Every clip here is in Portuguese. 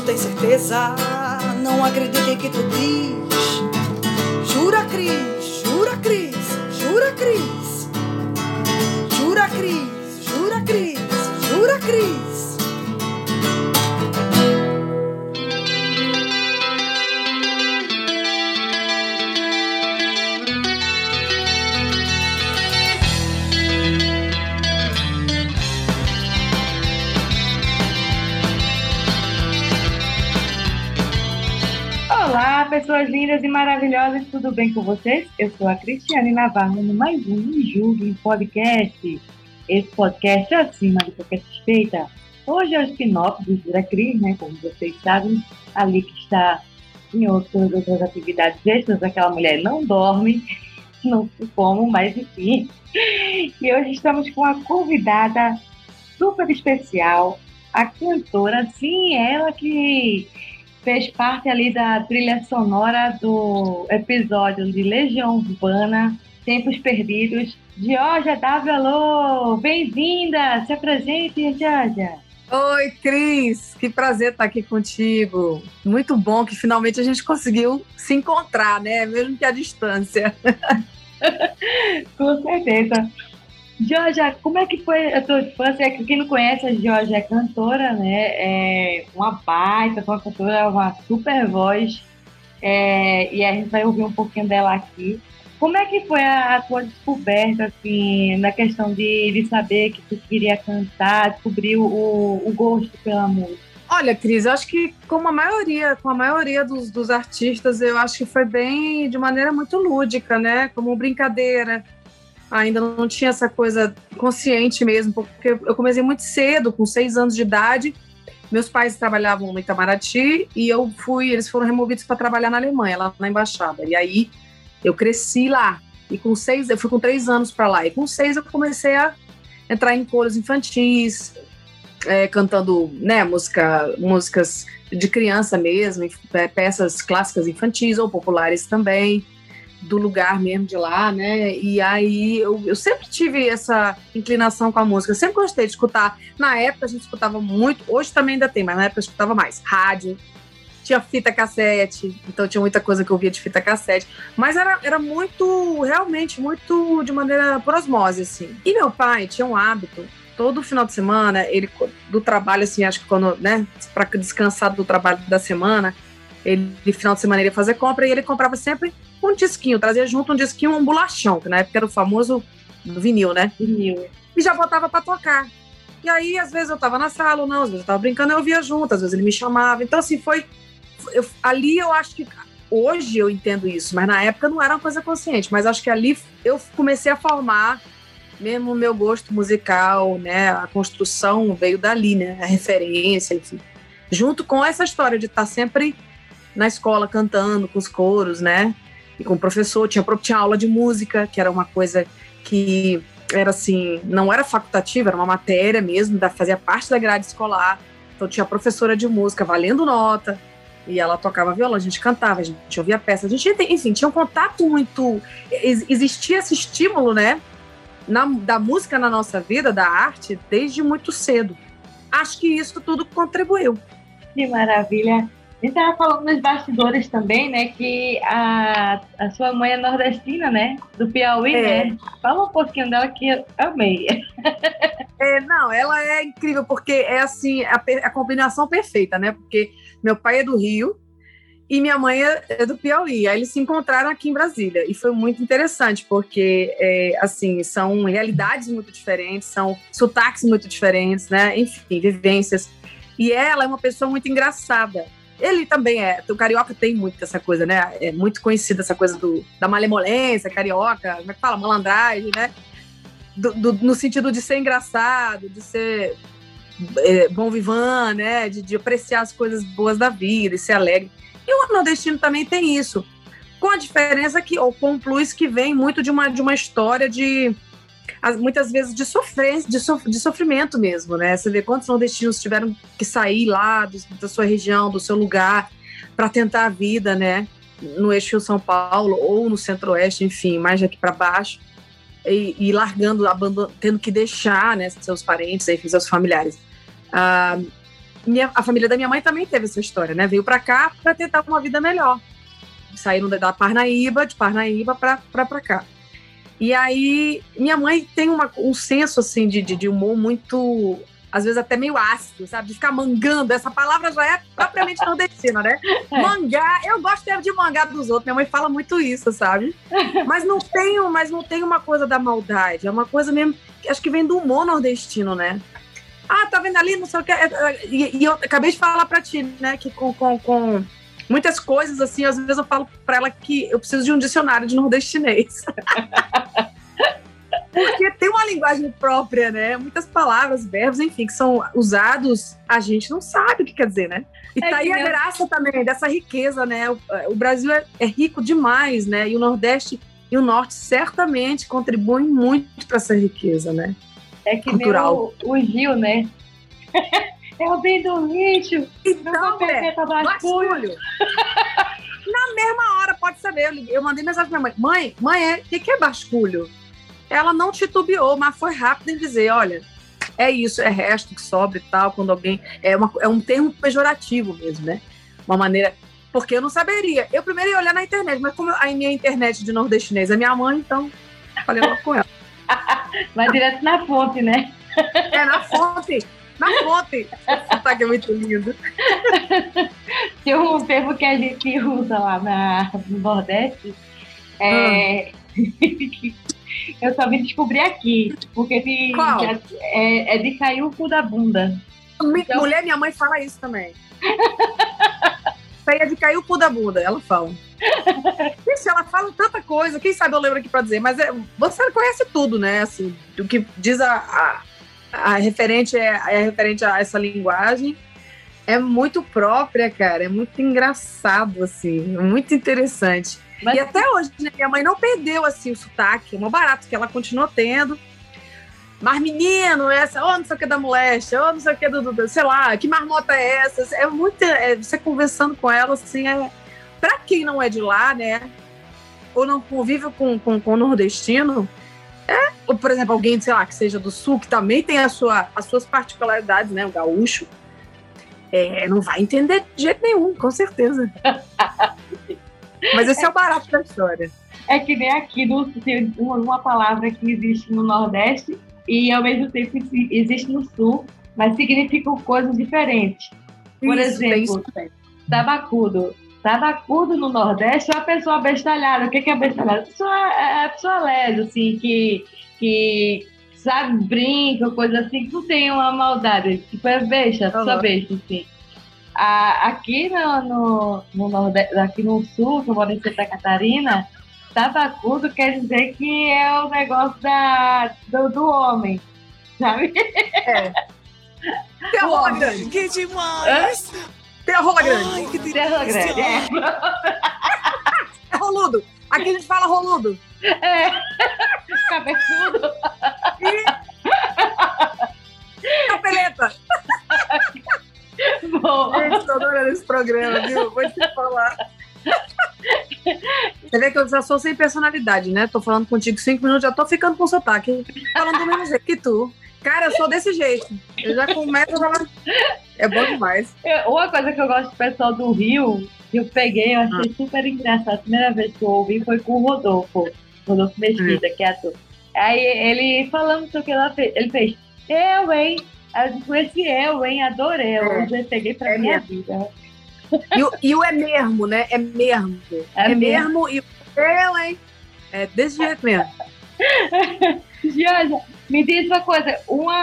tem certeza? Não acredita em que tu diz. Jura, Cris, jura, Cris, jura, Cris. Jura, Cris, jura, Cris, jura, Cris. Olá, pessoas lindas e maravilhosas, tudo bem com vocês? Eu sou a Cristiane Navarro, no mais um Me Julgue Podcast. Esse podcast é acima de qualquer suspeita. Hoje é o spin-off do Jura Cris, né? Como vocês sabem, ali que está em outras atividades extras, aquela mulher não dorme, não sei como, mas enfim. E hoje estamos com uma convidada super especial, a cantora, sim, ela que fez parte ali da trilha sonora do episódio de Legião Urbana, Tempos Perdidos. Georgia W. Alô, bem-vinda! Se apresente, Georgia. Oi, Cris! Que prazer estar aqui contigo. Muito bom que finalmente a gente conseguiu se encontrar, né? Mesmo que à distância. Com certeza. Georgia, como é que foi a tua infância? Quem não conhece, a Georgia é cantora, né? É uma baita, uma cantora, uma super voz. E a gente vai ouvir um pouquinho dela aqui. Como é que foi a tua descoberta, assim, na questão de saber que tu queria cantar, descobrir o gosto pela música? Olha, Cris, eu acho que com a maioria dos artistas, eu acho que foi bem de maneira muito lúdica, né? Como brincadeira. Ainda não tinha essa coisa consciente mesmo, porque eu comecei muito cedo, com 6 anos de idade. Meus pais trabalhavam no Itamaraty e eles foram removidos para trabalhar na Alemanha, lá na embaixada. E aí eu cresci lá. E eu fui com 3 anos para lá. E com 6 eu comecei a entrar em coros infantis, cantando, né, músicas de criança mesmo, peças clássicas infantis ou populares também, do lugar mesmo de lá, né? E aí eu sempre tive essa inclinação com a música, eu sempre gostei de escutar. Na época a gente escutava muito, hoje também ainda tem, mas na época eu escutava mais rádio, tinha fita cassete, então tinha muita coisa que eu via de fita cassete, mas era muito, realmente muito de maneira por osmose, assim. E meu pai tinha um hábito, todo final de semana, ele do trabalho, assim, acho que quando, né, para descansar do trabalho da semana, ele, final de semana, ele ia fazer compra e ele comprava sempre um disquinho, trazia junto um disquinho, um bolachão, que na época era o famoso vinil, né? Vinil. E já botava pra tocar. E aí, às vezes eu tava na sala ou não, às vezes eu tava brincando, eu ouvia junto, às vezes ele me chamava. Então, assim, ali eu acho que, hoje eu entendo isso, mas na época não era uma coisa consciente, mas acho que ali eu comecei a formar mesmo o meu gosto musical, né? A construção veio dali, né? A referência, enfim. Junto com essa história de estar sempre na escola cantando com os coros, né? E com o professor, tinha aula de música, que era uma coisa que era assim, não era facultativa, era uma matéria mesmo, fazia parte da grade escolar. Então tinha a professora de música valendo nota, e ela tocava violão, a gente cantava, a gente ouvia peça, a gente, enfim, tinha um contato muito, existia esse estímulo, né? Da música na nossa vida, da arte, desde muito cedo. Acho que isso tudo contribuiu. Que maravilha! A gente estava falando nos bastidores também, né, que a sua mãe é nordestina, né, do Piauí, né? Fala um pouquinho dela que eu amei. Não, ela é incrível, porque é assim, a combinação perfeita, né, porque meu pai é do Rio e minha mãe é do Piauí, aí eles se encontraram aqui em Brasília, e foi muito interessante, porque, assim, são realidades muito diferentes, são sotaques muito diferentes, né, enfim, vivências, e ela é uma pessoa muito engraçada. Ele também o carioca tem muito essa coisa, né? É muito conhecida essa coisa da malemolência carioca, como é que fala? Malandragem, né? No sentido de ser engraçado, de ser bom vivant, né? De apreciar as coisas boas da vida e ser alegre. E o nordestino também tem isso, com a diferença ou com um plus que vem muito de uma história muitas vezes de sofrência, de sofrimento mesmo, né? Você vê quantos nordestinos tiveram que sair lá da sua região, do seu lugar, para tentar a vida, né? No eixo Rio-São Paulo ou no centro-oeste, enfim, mais aqui para baixo, e largando, tendo que deixar, né, seus parentes, enfim, seus familiares. a família da minha mãe também teve essa história, né? Veio pra cá pra tentar uma vida melhor. Saíram de Parnaíba pra cá. E aí, minha mãe tem um senso, assim, de humor muito, às vezes até meio ácido, sabe? De ficar mangando. Essa palavra já é propriamente nordestina, né? Mangar. Eu gosto de mangar dos outros. Minha mãe fala muito isso, sabe? Mas não tem uma coisa da maldade. É uma coisa mesmo, acho que vem do humor nordestino, né? Ah, tá vendo ali? Não sei o que. E eu acabei de falar pra ti, né? Que com muitas coisas, assim, às vezes eu falo pra ela que eu preciso de um dicionário de nordestinês. Porque tem uma linguagem própria, né? Muitas palavras, verbos, enfim, que são usados, a gente não sabe o que quer dizer, né? E tá aí a graça também dessa riqueza, né? O Brasil é rico demais, né? E o Nordeste e o Norte certamente contribuem muito para essa riqueza, né? É que cultural. Nem o Gil, né? Eu vim do lixo. Então, basculho. Na mesma hora, pode saber. Eu mandei mensagem pra minha mãe. Mãe, o que é basculho? Ela não titubeou, mas foi rápida em dizer, olha, é isso, é resto que sobra e tal, quando alguém... É um termo pejorativo mesmo, né? Uma maneira... Porque eu não saberia. Eu primeiro ia olhar na internet, mas como a minha internet de nordestinês é minha mãe, então falei logo com ela. Vai direto na fonte, né? Na fonte. Na fonte. Esse sotaque é muito lindo. Tem um termo que a gente usa lá no Nordeste, eu só vim descobrir aqui, porque é de cair o cu da bunda. Então... Mulher, minha mãe fala isso também. Isso aí é de cair o cu da bunda, ela fala. Isso, ela fala tanta coisa, quem sabe eu lembro aqui pra dizer, mas você conhece tudo, né? Assim, o que diz a referente referente a essa linguagem é muito própria, cara, é muito engraçado, assim, é muito interessante. Mas... E até hoje, né, minha mãe não perdeu, assim, o sotaque, é um barato que ela continua tendo. Mas, menino, não sei o que da moléstia, não sei o que do sei lá, que marmota é essa? É muito, você conversando com ela, assim, pra quem não é de lá, né, ou não convive com o nordestino, ou, por exemplo, alguém, sei lá, que seja do sul, que também tem as suas particularidades, né, o gaúcho, não vai entender de jeito nenhum, com certeza. Mas esse é o barato da história. É que nem aqui, tem uma palavra que existe no Nordeste e, ao mesmo tempo, existe no Sul, mas significam coisas diferentes. Por exemplo, tabacudo. Tabacudo no Nordeste é uma pessoa abestalhada. O que é abestalhada? É a pessoa lesa, assim, que sabe, brinca, coisa assim, que não tem uma maldade. Tipo, é besta, pessoa besta, assim. Aqui no Nordeste, aqui no Sul, que eu moro em Santa Catarina, tabacudo quer dizer que é o negócio do homem, sabe? Tem a rola grande. Que demais! Tem a rola grande. Ai, que Tem a rola grande, É roludo. Aqui a gente fala roludo. Cabeçudo. Capeleta. Bom. Gente, tô adorando esse programa, viu? Vou te falar. Você vê que eu já sou sem personalidade, né? Tô falando contigo 5 minutos, já tô ficando com sotaque. Falando do mesmo jeito que tu. Cara, eu sou desse jeito. Eu já começo a falar. É bom demais. Uma coisa que eu gosto do pessoal do Rio, que eu peguei, eu achei super engraçado. A primeira vez que eu ouvi foi com o Rodolfo Mesquita, que é ator. Aí ele falando o que ela fez. Ele fez, hein? Aí eu disse, hein? Adorei. Eu já peguei pra minha vida. E o é mesmo, né? É mesmo. É mesmo e eu, hein? É desse jeito mesmo. Gianja, me diz uma coisa.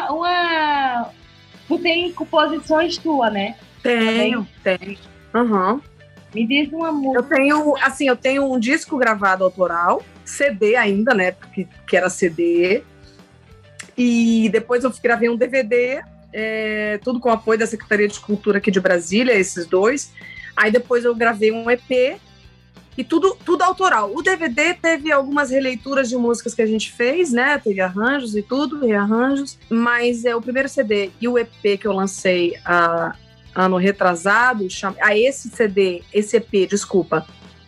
Tu tem composições tuas, né? Tenho. Uhum. Me diz uma música. Eu tenho um disco gravado autoral, CD ainda, né? Porque era CD. E depois eu gravei um DVD, tudo com o apoio da Secretaria de Cultura aqui de Brasília, esses dois. Aí depois eu gravei um EP e tudo autoral. O DVD teve algumas releituras de músicas que a gente fez, né? Teve arranjos e tudo, rearranjos. Mas o primeiro CD e o EP que eu lancei ano retrasado, esse EP, desculpa,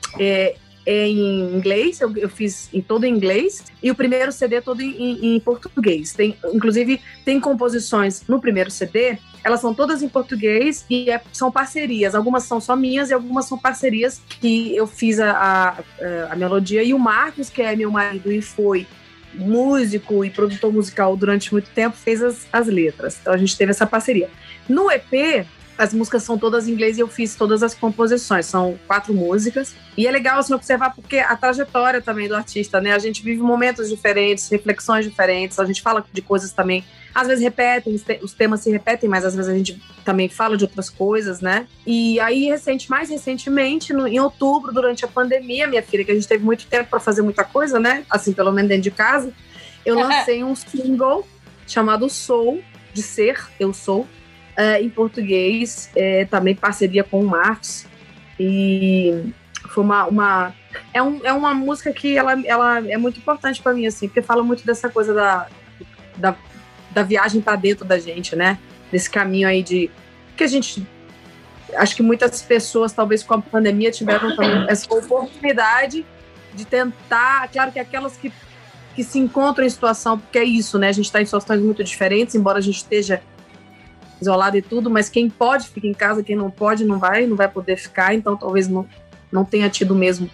em inglês, eu fiz todo em inglês, e o primeiro CD todo em português. Inclusive, tem composições no primeiro CD elas são todas em português e são parcerias. Algumas são só minhas e algumas são parcerias que eu fiz a melodia. E o Marcos, que é meu marido e foi músico e produtor musical durante muito tempo, fez as letras. Então a gente teve essa parceria. No EP, as músicas são todas em inglês e eu fiz todas as composições. São 4 músicas. E é legal assim, observar porque a trajetória também do artista, né? A gente vive momentos diferentes, reflexões diferentes, a gente fala de coisas também. Às vezes repetem, os temas se repetem, mas às vezes a gente também fala de outras coisas, né? E aí, mais recentemente, em outubro, durante a pandemia, minha filha, que a gente teve muito tempo para fazer muita coisa, né? Assim, pelo menos dentro de casa, eu lancei um single chamado Sou, de ser, eu sou, em português, também parceria com o Marcos. E foi é uma música que ela é muito importante para mim, assim, porque fala muito dessa coisa da viagem para dentro da gente, né? Desse caminho aí que a gente... Acho que muitas pessoas, talvez com a pandemia, tiveram também essa oportunidade de tentar... Claro que aquelas que se encontram em situação... Porque é isso, né? A gente está em situações muito diferentes, embora a gente esteja isolado e tudo, mas quem pode fica em casa, quem não pode não vai poder ficar, então talvez não tenha tido mesmo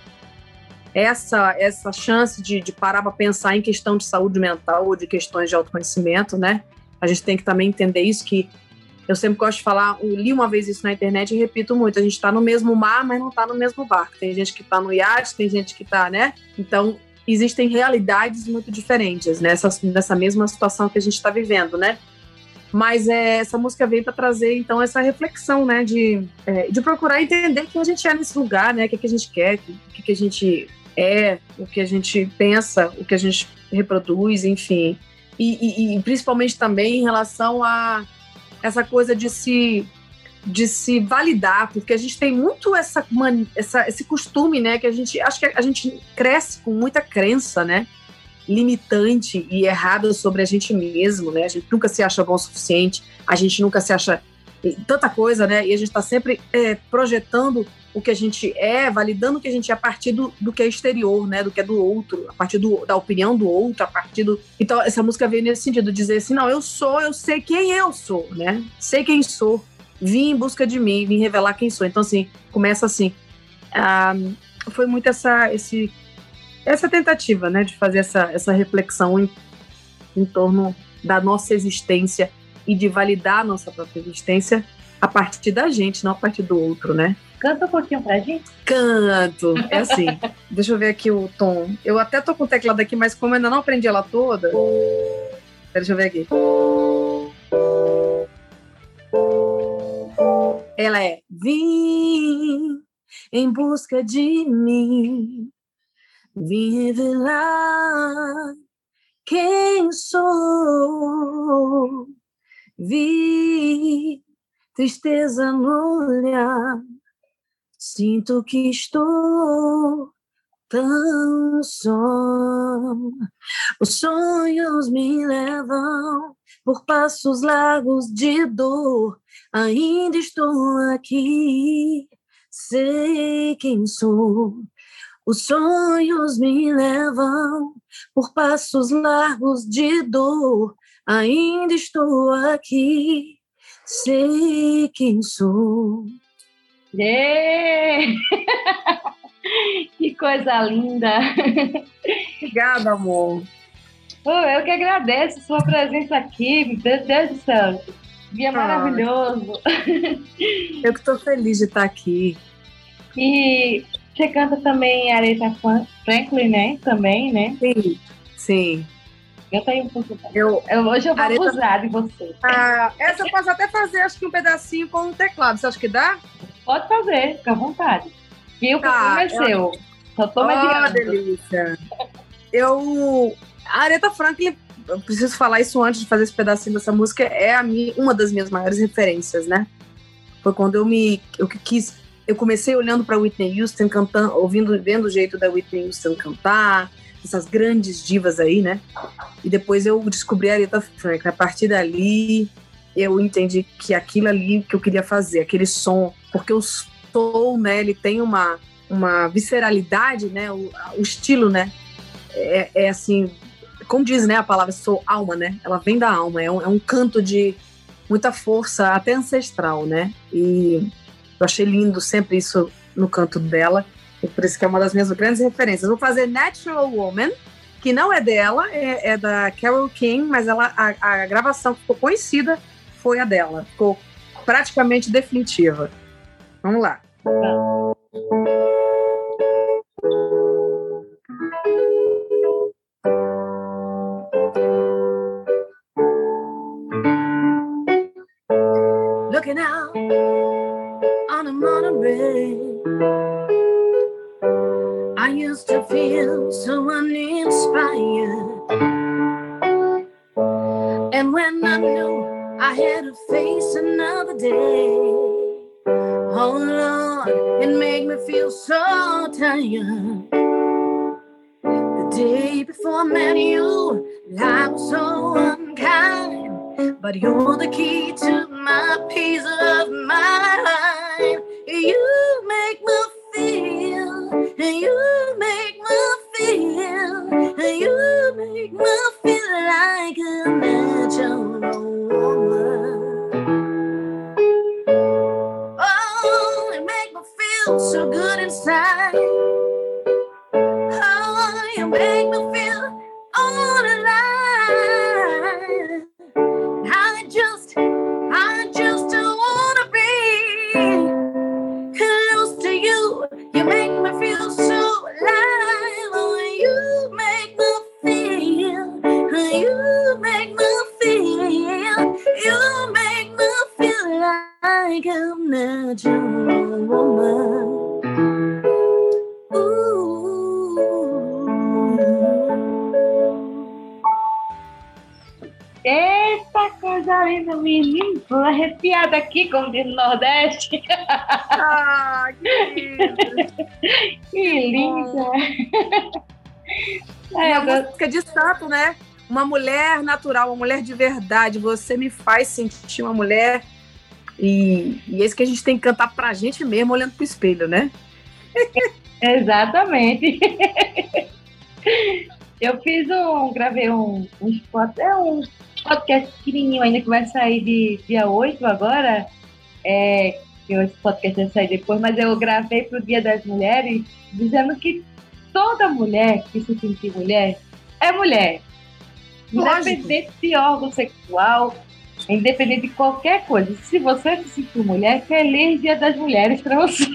essa chance de parar para pensar em questão de saúde mental ou de questões de autoconhecimento, né? A gente tem que também entender isso, que eu sempre gosto de falar, eu li uma vez isso na internet e repito muito, a gente está no mesmo mar, mas não está no mesmo barco. Tem gente que está no iate, tem gente que está, né? Então, existem realidades muito diferentes, né? Nessa mesma situação que a gente está vivendo, né? Mas essa música veio para trazer, então, essa reflexão, né? De procurar entender quem a gente é nesse lugar, né? O que a gente quer, o que a gente o que a gente pensa, o que a gente reproduz, enfim. E principalmente também em relação a essa coisa de se validar, porque a gente tem muito esse costume, né? Que acho que a gente cresce com muita crença, né? Limitante e errada sobre a gente mesmo, né? A gente nunca se acha bom o suficiente, a gente nunca se acha tanta coisa, né? E a gente está sempre projetando o que a gente validando o que a gente é a partir do que é exterior, né? Do que é do outro, a partir da opinião do outro, a partir do... Então, essa música veio nesse sentido, dizer assim, não, eu sei quem eu sou, né? Sei quem sou, vim em busca de mim, vim revelar quem sou. Então, assim, começa assim. Foi muito essa tentativa, né? De fazer essa reflexão em torno da nossa existência e de validar a nossa própria existência a partir da gente, não a partir do outro, né? Canta um pouquinho pra gente. Canto. É assim. Deixa eu ver aqui o tom. Eu até tô com o teclado aqui, mas como eu ainda não aprendi ela toda... Deixa eu ver aqui. Ela é... Vim em busca de mim, vim revelar quem sou, vi tristeza no olhar, sinto que estou tão só. Os sonhos me levam por passos largos de dor. Ainda estou aqui, sei quem sou. Os sonhos me levam por passos largos de dor. Ainda estou aqui, sei quem sou. Yeah! Que coisa linda! Obrigada, amor. Eu que agradeço sua presença aqui, meu Deus do céu. Dia maravilhoso. Eu que estou feliz de estar aqui. E você canta também Aretha Franklin, né? Também, né? Sim, sim. Canta aí um pouco. Hoje eu vou abusar de você. Essa eu posso até fazer, acho que um pedacinho com um teclado. Você acha que dá? Pode fazer, fica à vontade. E o programa é seu. Só tô mediando. Delícia. A Aretha Franklin, eu preciso falar isso antes de fazer esse pedacinho dessa música, é uma das minhas maiores referências, né? Foi quando eu comecei olhando para Whitney Houston cantando, vendo o jeito da Whitney Houston cantar, essas grandes divas aí, né? E depois eu descobri a Aretha Franklin. A partir dali, eu entendi que aquilo ali que eu queria fazer, aquele som, porque o soul, né, ele tem uma visceralidade, né? O estilo, né? Assim, como diz, né, a palavra soul, alma, né? Ela vem da alma, é um canto de muita força, até ancestral, né? E eu achei lindo sempre isso no canto dela, e por isso que é uma das minhas grandes referências. Vou fazer Natural Woman, que não é dela, é da Carole King, mas a gravação que ficou conhecida foi a dela, ficou praticamente definitiva. Vamos lá. Looking out on a monorail, I used to feel so uninspired, and when I knew I had to face another day, oh Lord, it made me feel so tired. The day before I met you, I was so unkind, but you're the key to my peace of mind. You make me feel, you make me feel, you make me feel like a natural woman. Oh, you make me feel so good inside. Oh, you make me feel all alive. I just wanna be close to you. You make me feel so alive. Oh, you make me feel. You make me feel. You make me feel like a natural woman. Eita, coisa linda, menino. Tô arrepiada aqui, como diz no Nordeste. Ah, que lindo. Que linda. Uma música de santo, né? Uma mulher natural, uma mulher de verdade. Você me faz sentir uma mulher. E é isso que a gente tem que cantar pra gente mesmo, olhando pro espelho, né? Exatamente. Eu gravei um podcast pequenininho ainda que vai sair de dia 8 agora. Esse podcast vai sair depois, mas eu gravei pro Dia das Mulheres, dizendo que toda mulher que se sentir mulher é mulher. Independente de órgão sexual, independente de qualquer coisa. Se você se sentir mulher, feliz Dia das Mulheres pra você.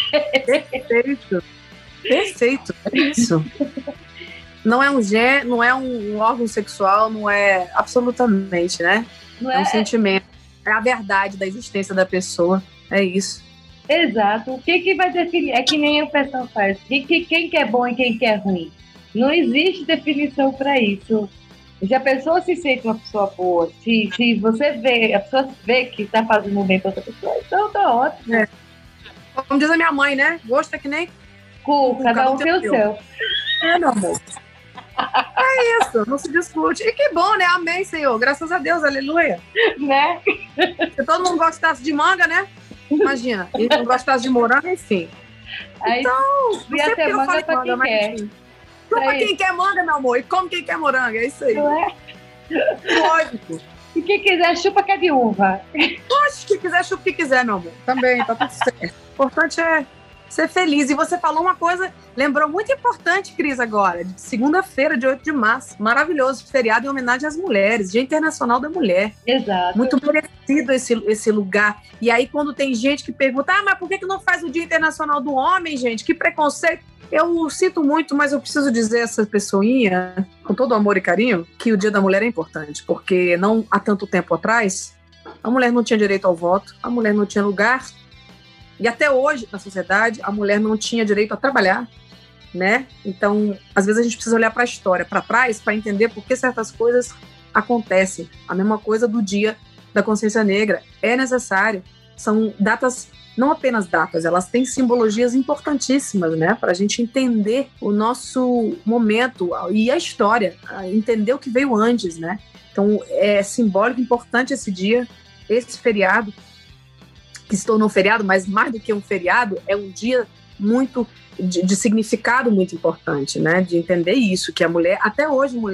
Perfeito, é isso. Não é não é um órgão sexual, não é absolutamente, né? Não é um sentimento, é a verdade da existência da pessoa, é isso. Exato. O que vai definir? É que nem o pessoal faz. Quem que é bom e quem que é ruim? Não existe definição para isso. Se a pessoa se sente uma pessoa boa, se você vê, a pessoa vê que está fazendo bem para outra pessoa, então tá ótimo. É. Como diz a minha mãe, né? Gosto é que nem cu, cada um tem o seu. É, meu amor. É isso, não se discute. E que bom, né? Amém, Senhor. Graças a Deus, aleluia. Né? Se todo mundo gostasse de manga, né? Imagina. E não gostasse de morango, enfim. Aí, então, ia ter manga pra quem quer. Enfim. Pra quem quer manga, meu amor. E como quem quer morango, é isso aí. Não é? Lógico. E quem quiser, chupa que é de uva. Poxa, quem quiser, chupa o que quiser, meu amor. Também, tá tudo certo. O importante é ser feliz. E você falou uma coisa, lembrou muito importante, Cris, agora, de segunda-feira, de 8 de março. Maravilhoso, feriado em homenagem às mulheres, Dia Internacional da Mulher. Exato. Muito merecido esse lugar. E aí, quando tem gente que pergunta, mas por que não faz o Dia Internacional do Homem, gente? Que preconceito. Eu sinto muito, mas eu preciso dizer a essa pessoinha, com todo amor e carinho, que o Dia da Mulher é importante, porque não há tanto tempo atrás, a mulher não tinha direito ao voto, a mulher não tinha lugar. E até hoje, na sociedade, a mulher não tinha direito a trabalhar, né? Então, às vezes a gente precisa olhar para a história, para trás, para entender por que certas coisas acontecem. A mesma coisa do Dia da Consciência Negra. É necessário. São datas, não apenas datas, elas têm simbologias importantíssimas, né? Para a gente entender o nosso momento e a história, entender o que veio antes, né? Então, é simbólico, importante esse dia, esse feriado, que se tornou um feriado, mas mais do que um feriado, é um dia muito de significado muito importante, né? De entender isso, que a mulher, até hoje, mulher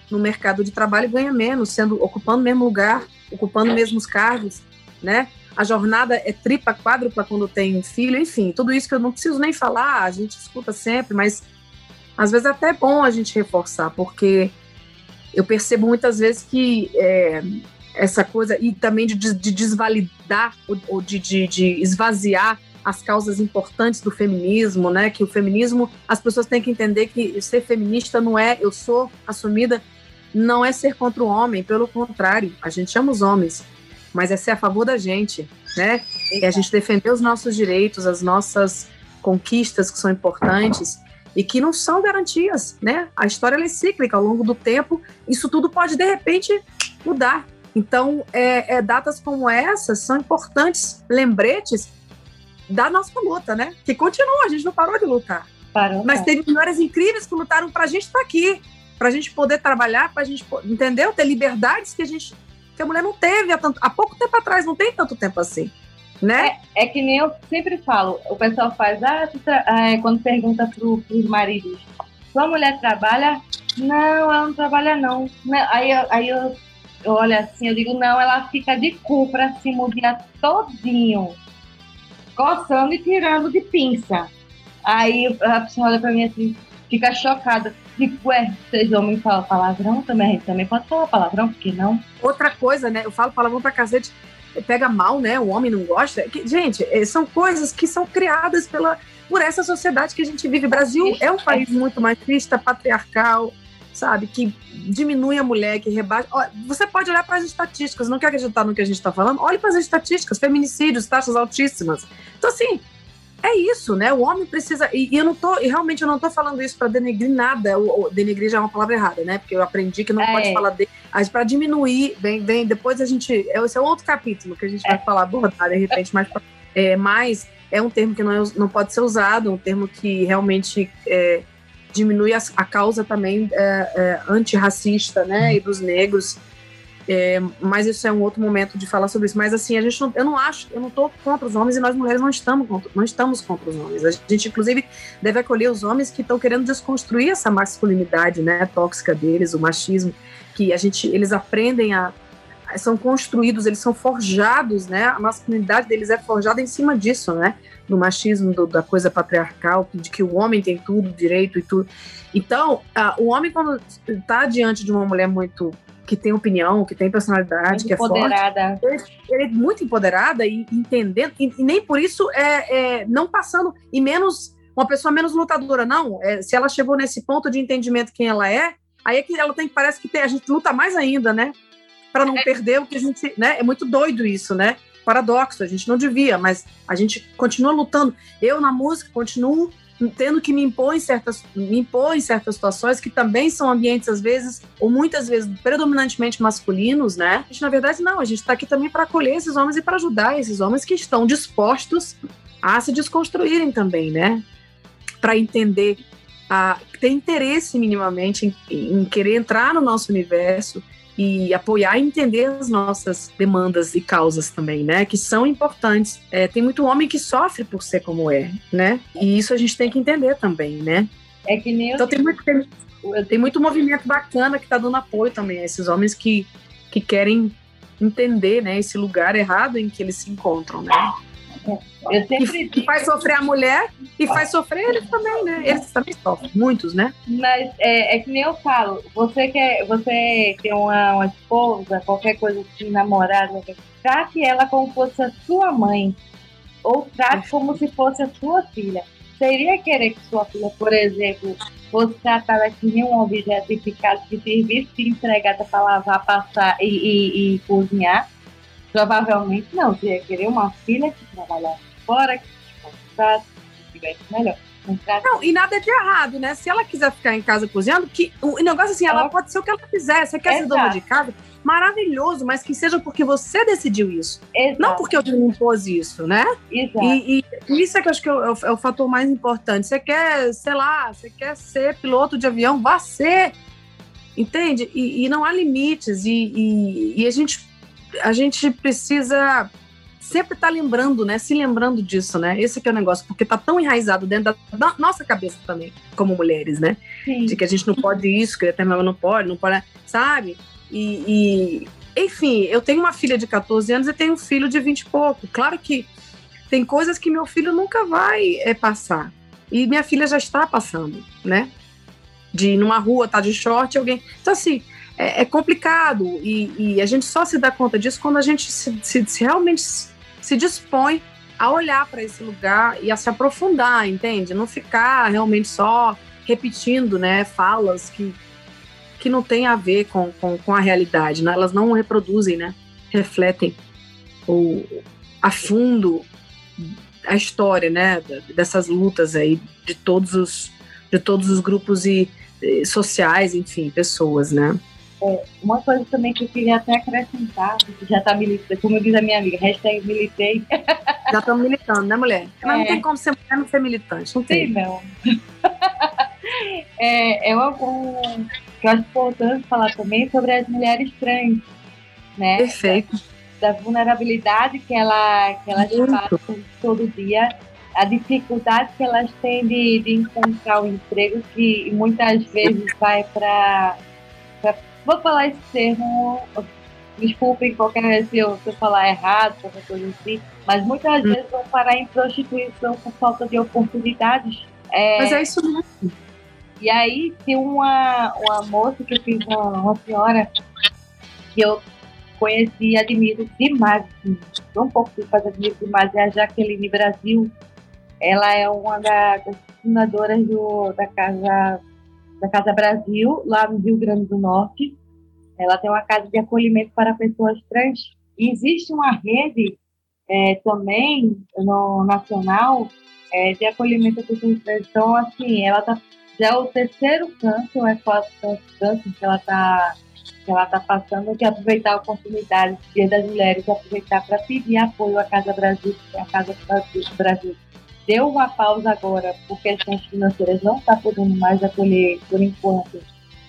no mercado de trabalho e ganha menos, ocupando o mesmo lugar, ocupando os mesmos cargos, né? A jornada é tripla, quádrupla quando tem um filho, enfim, tudo isso que eu não preciso nem falar, a gente escuta sempre, mas às vezes é até bom a gente reforçar, porque eu percebo muitas vezes que essa coisa, e também de desvalidar ou de esvaziar as causas importantes do feminismo, né? Que o feminismo, as pessoas têm que entender que ser feminista não é, eu sou assumida, não é ser contra o homem, pelo contrário, a gente ama os homens, mas é ser a favor da gente, né? É a gente defender os nossos direitos, as nossas conquistas que são importantes e que não são garantias, né? A história ela é cíclica, ao longo do tempo, isso tudo pode, de repente, mudar. Então, datas como essas são importantes lembretes da nossa luta, né? Que continua, a gente não parou de lutar. Mas teve mulheres incríveis que lutaram pra gente estar aqui, pra gente poder trabalhar, pra gente, entendeu? Ter liberdades que a mulher não teve há pouco tempo atrás, não tem tanto tempo assim, né? É que nem eu sempre falo, o pessoal faz, quando pergunta pros maridos, sua mulher trabalha? Não, ela não trabalha não. Aí eu olho assim, eu digo, não, ela fica de cu pra cima o dia todinho, coçando e tirando de pinça. Aí a pessoa olha pra mim assim, fica chocada. Tipo, vocês homens falam palavrão também, a gente também pode falar palavrão, por que não? Outra coisa, né, eu falo palavrão pra cacete, pega mal, né, o homem não gosta. Gente, são coisas que são criadas por essa sociedade que a gente vive. O Brasil é um país muito machista, patriarcal, sabe, que diminui a mulher, que rebaixa. Você pode olhar para as estatísticas, não quer acreditar no que a gente está falando? Olhe para as estatísticas, feminicídios, taxas altíssimas. Então, assim, é isso, né? O homem precisa... E realmente eu não tô falando isso para denegrir nada, denegrir já é uma palavra errada, né? Porque eu aprendi que não pode falar para diminuir, depois a gente... Esse é outro capítulo que a gente vai falar, abordar, de repente, mas é um termo que não pode ser usado, um termo que realmente... diminui a causa também antirracista, né, e dos negros, mas isso é um outro momento de falar sobre isso. Mas assim, eu não estou contra os homens e nós mulheres não estamos contra os homens. A gente inclusive deve acolher os homens que estão querendo desconstruir essa masculinidade, né, tóxica deles, o machismo, que eles aprendem são construídos, eles são forjados, né, a masculinidade deles é forjada em cima disso, né, do machismo, da coisa patriarcal, de que o homem tem tudo, direito e tudo. Então, o homem, quando está diante de uma mulher que tem opinião, que tem personalidade, muito que é empoderada. Forte, ele é muito empoderada e entendendo, e nem por isso não passando, e uma pessoa menos lutadora, não. Se ela chegou nesse ponto de entendimento quem ela é, aí é que ela parece que a gente luta mais ainda, né? Para não perder o que a gente... Né? É muito doido isso, né? Paradoxo, a gente não devia, mas a gente continua lutando. Eu, na música, continuo tendo que me impor em certas situações que também são ambientes, às vezes, ou muitas vezes, predominantemente masculinos, né? A gente, na verdade, não. A gente está aqui também para acolher esses homens e para ajudar esses homens que estão dispostos a se desconstruírem também, né? Para entender, ter interesse minimamente em querer entrar no nosso universo e apoiar e entender as nossas demandas e causas também, né? Que são importantes. Tem muito homem que sofre por ser como é, né? E isso a gente tem que entender também, né? É que nem então tem muito movimento bacana que está dando apoio também a esses homens que querem entender, né? Esse lugar errado em que eles se encontram, né? Eu sempre que faz sofrer a mulher e faz sofrer eles também, né? Eles também sofrem, muitos, né? Mas é que nem eu falo, você tem uma esposa, qualquer coisa assim, namorada, trate ela como fosse a sua mãe, ou trate como se fosse a sua filha. Você iria querer que sua filha, por exemplo, fosse tratada que nem um objeto e ficasse de serviço e entregada para lavar, passar e cozinhar? Provavelmente não. Você ia querer uma filha que trabalhasse fora, que tivesse melhor. Não, e nada de errado, né? Se ela quiser ficar em casa cozinhando, o negócio assim, ela pode ser o que ela quiser. Você quer ser dona de casa? Maravilhoso, mas que seja porque você decidiu isso. Exato. Não porque alguém impôs isso, né? Exato. E isso é que eu acho que é o fator mais importante. Você quer, sei lá, você quer ser piloto de avião, vá ser. Entende? E não há limites. E a gente precisa sempre tá lembrando, né? Se lembrando disso, né? Esse que é o negócio, porque tá tão enraizado dentro da nossa cabeça também, como mulheres, né? Sim. De que a gente não pode isso, que a determinada não pode, sabe? Enfim, eu tenho uma filha de 14 anos e tenho um filho de 20 e pouco. Claro que tem coisas que meu filho nunca vai passar. E minha filha já está passando, né? De ir numa rua, tá de short, alguém... Então, assim, é complicado. E a gente só se dá conta disso quando a gente se realmente se dispõe a olhar para esse lugar e a se aprofundar, entende? Não ficar realmente só repetindo, né, falas que não tem a ver com a realidade, né? Elas não reproduzem, né? Refletem a fundo a história, né? Dessas lutas aí de todos os grupos sociais, enfim, pessoas, né? Uma coisa também que eu queria até acrescentar, que já tá militando, como diz a minha amiga, #militei. Já estamos militando, né, mulher? Mas não tem como ser mulher não ser militante, não tem. Sim, não. Algo que eu acho importante falar também sobre as mulheres trans, né? Perfeito. Da vulnerabilidade que elas passam todo dia, a dificuldade que elas têm de encontrar um emprego que muitas vezes vai para vou falar esse termo, desculpem se eu falar errado, qualquer coisa assim, mas muitas vezes vão parar em prostituição por falta de oportunidades. Mas é isso mesmo. E aí tem uma moça que eu fiz, uma senhora que eu conheci e admiro demais, assim, um pouco de admiro demais, é a Jaqueline Brasil. Ela é uma das fundadoras da Casa Brasil, lá no Rio Grande do Norte. Ela tem uma casa de acolhimento para pessoas trans. E existe uma rede também no nacional de acolhimento a pessoas trans. Então, assim, ela já é o terceiro canto, quase canto que ela está passando, de aproveitar a oportunidade do Dia das Mulheres, aproveitar para pedir apoio à Casa Brasil, porque a Casa Brasil deu uma pausa agora por questões financeiras, não está podendo mais acolher, por enquanto,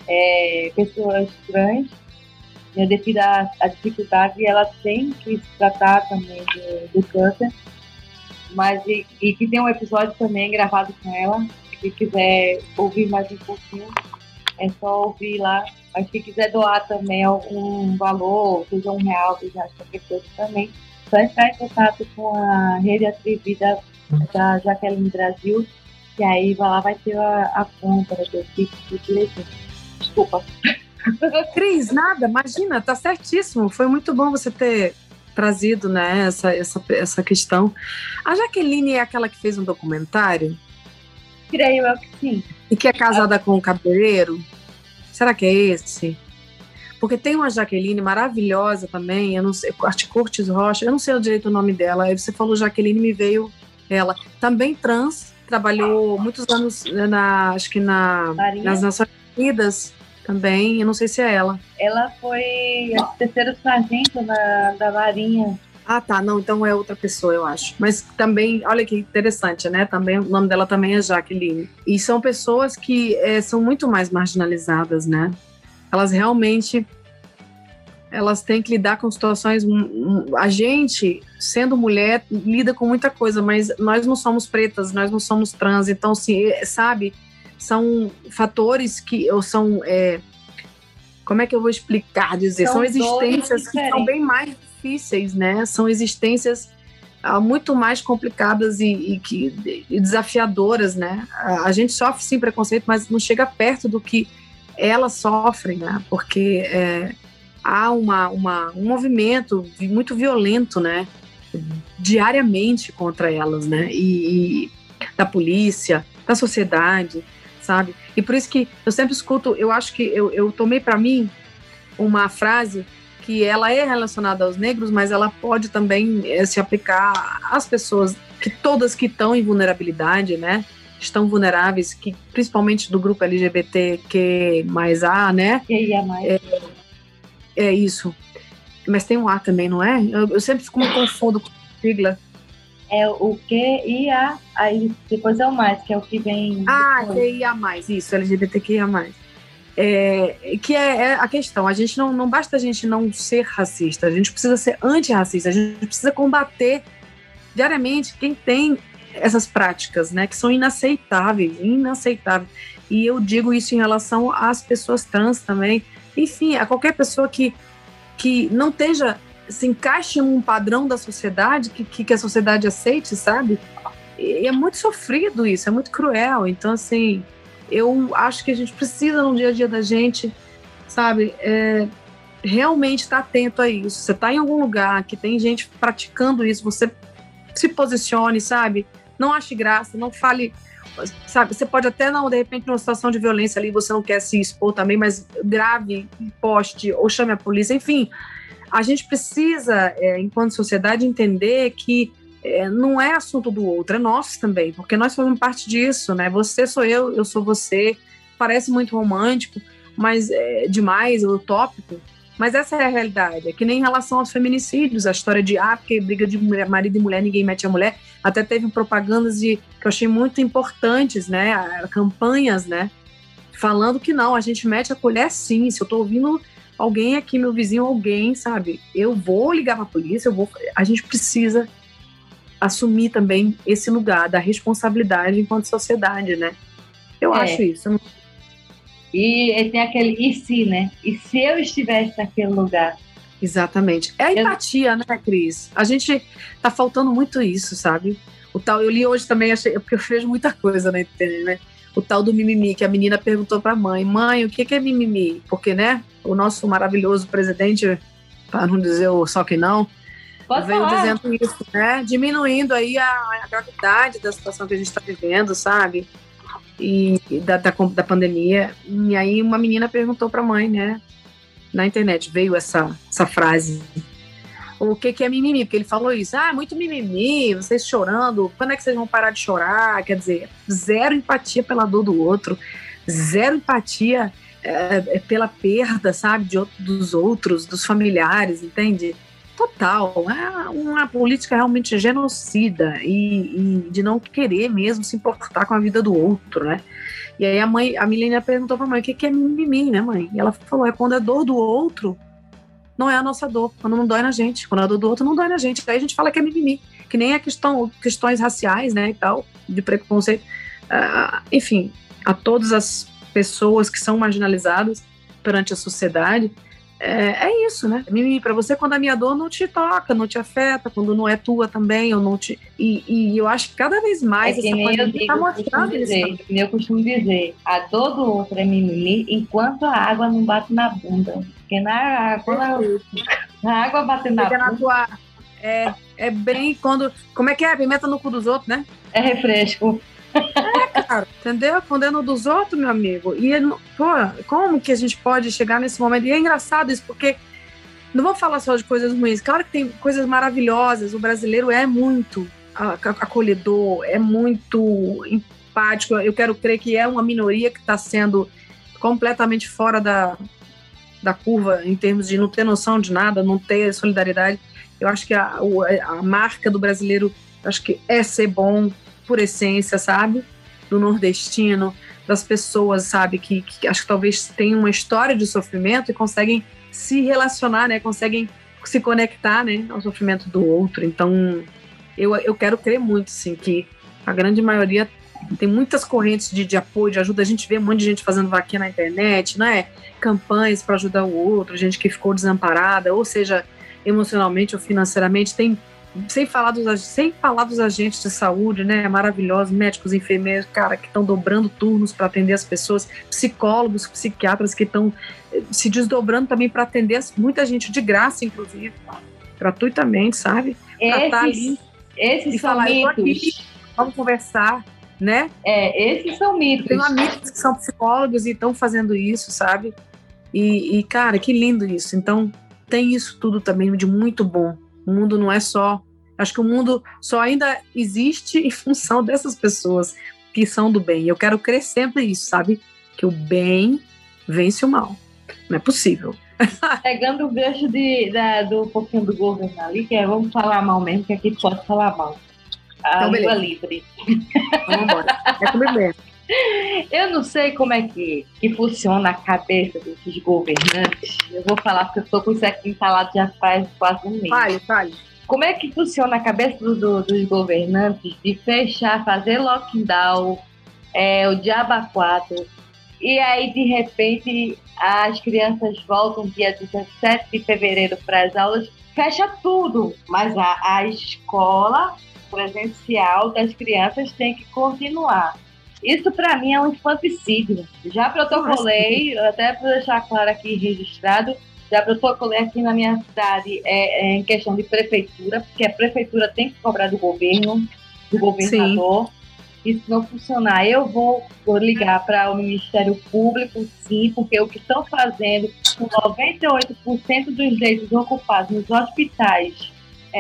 pessoas trans, né, devido à dificuldade, ela tem que se tratar também do câncer, mas e que tem um episódio também gravado com ela, se quiser ouvir mais um pouquinho, é só ouvir lá, mas se quiser doar também algum valor, seja R$1, seja qualquer coisa também, só entrar em contato com a Rede Atrevida da Jaqueline Brasil, e aí vai ter a conta do direitinho. Desculpa. Cris, nada, imagina, tá certíssimo. Foi muito bom você ter trazido, né, essa questão. A Jaqueline é aquela que fez um documentário? Creio eu que sim. E que é casada com um cabeleireiro? Será que é esse? Porque tem uma Jaqueline maravilhosa também, eu não sei, Curtis Rocha, eu não sei direito o nome dela. Aí você falou Jaqueline, me veio ela. Também trans, trabalhou muitos anos acho que nas Nações Unidas também, eu não sei se é ela. Ela foi a terceira sargento da Marinha. Ah, tá, não, então é outra pessoa, eu acho. Mas também, olha que interessante, né? Também, o nome dela também é Jaqueline. E são pessoas que são muito mais marginalizadas, né? Elas realmente, elas têm que lidar com situações... A gente, sendo mulher, lida com muita coisa, mas nós não somos pretas, nós não somos trans, então, assim, sabe? São fatores que... Ou são... como é que eu vou explicar, dizer? São existências que são bem mais difíceis, né? São existências muito mais complicadas e desafiadoras, né? A gente sofre, sim, preconceito, mas não chega perto do que elas sofrem, né? Porque há um movimento muito violento, né? Diariamente contra elas, né? E da polícia, da sociedade, sabe? E por isso que eu sempre escuto, eu acho que eu tomei para mim uma frase que ela é relacionada aos negros, mas ela pode também se aplicar às pessoas, todas que estão em vulnerabilidade, né? Estão vulneráveis, que principalmente do grupo LGBTQ+A, né? É isso. Mas tem um A também, não é? Eu sempre me confundo com a sigla. É o QIA, aí depois é o mais, que é o que vem... Ah, QIA+, isso, LGBTQIA+. Que é a questão. A gente não basta a gente não ser racista, a gente precisa ser antirracista, a gente precisa combater diariamente quem tem essas práticas, né, que são inaceitáveis. E eu digo isso em relação às pessoas trans também, enfim, a qualquer pessoa que não se encaixe em um padrão da sociedade, que a sociedade aceite, sabe? E é muito sofrido isso, é muito cruel. Então, assim, eu acho que a gente precisa, no dia a dia da gente, sabe, realmente estar atento a isso. Você está em algum lugar que tem gente praticando isso, você se posicione, sabe? Não ache graça, não fale, sabe? Você pode até não, de repente, numa situação de violência ali, você não quer se expor também, mas grave, poste ou chame a polícia. Enfim, a gente precisa, enquanto sociedade, entender que não é assunto do outro, é nosso também, porque nós fazemos parte disso, né? Você sou eu sou você. Parece muito romântico, mas demais, utópico. Mas essa é a realidade. É que nem em relação aos feminicídios, a história de porque briga de mulher, marido e mulher, ninguém mete a mulher. Até teve propagandas que eu achei muito importantes, né? Campanhas, né? Falando que não, a gente mete a colher sim. Se eu tô ouvindo alguém aqui, meu vizinho, alguém, sabe? Eu vou ligar pra polícia, a gente precisa assumir também esse lugar da responsabilidade enquanto sociedade, né? Eu acho isso. E tem aquele e se, né? E se eu estivesse naquele lugar? Exatamente. É a empatia, né, Cris? A gente tá faltando muito isso, sabe? Eu li hoje também, porque eu vejo muita coisa na internet, né? O tal do mimimi, que a menina perguntou pra mãe, o que é mimimi? Porque, né, o nosso maravilhoso presidente, para não dizer só que não, veio dizendo isso, né? Diminuindo aí a gravidade da situação que a gente está vivendo, sabe? E da pandemia. E aí uma menina perguntou para a mãe, né? Na internet veio essa frase. O que é mimimi? Porque ele falou isso. Muito mimimi, vocês chorando. Quando é que vocês vão parar de chorar? Quer dizer, zero empatia pela dor do outro, zero empatia pela perda, sabe? Dos outros, dos familiares, entende? Total, é uma política realmente genocida e de não querer mesmo se importar com a vida do outro, né? E aí a menina perguntou pra mãe, o que é mimimi, né, mãe? E ela falou, quando a dor do outro não é a nossa dor, quando não dói na gente, quando a dor do outro não dói na gente. Aí a gente fala que é mimimi, que nem a questões raciais, né, e tal, de preconceito. Enfim, a todas as pessoas que são marginalizadas perante a sociedade, é isso, né? Mimimi pra você quando a minha dor não te toca, não te afeta, quando não é tua também, eu não te... E eu acho que cada vez mais essa pandemia tá mostrando isso. Eu costumo dizer, a dor do outro é mimimi enquanto a água não bate na bunda. Porque quando a água bate na bunda... É bem quando... Como é que é? Pimenta no cu dos outros, né? É refresco. Cara, entendeu? Quando é no dos outros, meu amigo. E, como que a gente pode chegar nesse momento? E é engraçado isso, porque não vamos falar só de coisas ruins. Claro que tem coisas maravilhosas. O brasileiro é muito acolhedor, é muito empático. Eu quero crer que é uma minoria que está sendo completamente fora da curva em termos de não ter noção de nada, não ter solidariedade. Eu acho que a marca do brasileiro, acho que é ser bom por essência, sabe? Do nordestino, das pessoas, sabe? Que acho que talvez tenham uma história de sofrimento e conseguem se relacionar, né? Conseguem se conectar, né? Ao sofrimento do outro. Então, eu quero crer muito, sim, que a grande maioria tem muitas correntes de apoio, de ajuda. A gente vê um monte de gente fazendo vaquinha na internet, né? Campanhas para ajudar o outro, gente que ficou desamparada, ou seja, emocionalmente ou financeiramente. Sem falar dos agentes de saúde, né, maravilhosos, médicos, enfermeiros, cara, que estão dobrando turnos para atender as pessoas, psicólogos, psiquiatras que estão se desdobrando também para atender muita gente de graça, inclusive, gratuitamente, sabe? Esses são mitos. Aqui, vamos conversar, né? Esses são mitos. Tenho amigos que são psicólogos e estão fazendo isso, sabe? E, cara, que lindo isso. Então, tem isso tudo também de muito bom. O mundo não é só... Acho que o mundo só ainda existe em função dessas pessoas que são do bem. Eu quero crer sempre isso, sabe? Que o bem vence o mal. Não é possível. Pegando o gancho do pouquinho do governo ali, que vamos falar mal mesmo, que aqui pode falar mal. A língua livre. Vamos embora. É comigo mesmo. Eu não sei como é que funciona a cabeça desses governantes. Eu vou falar porque eu estou com isso aqui instalado já faz quase um mês. Fale. Como é que funciona a cabeça dos governantes de fechar, fazer lockdown, o diabo a quatro, e aí de repente as crianças voltam dia 17 de fevereiro para as aulas, fecha tudo, mas a escola presencial das crianças tem que continuar. Isso para mim é um infanticídio. Já protocolei, até para deixar claro aqui registrado, já protocolei aqui na minha cidade em questão de prefeitura, porque a prefeitura tem que cobrar do governo, do governador. Sim. E se não funcionar, eu vou ligar para o Ministério Público, sim, porque o que estão fazendo com 98% dos leitos ocupados nos hospitais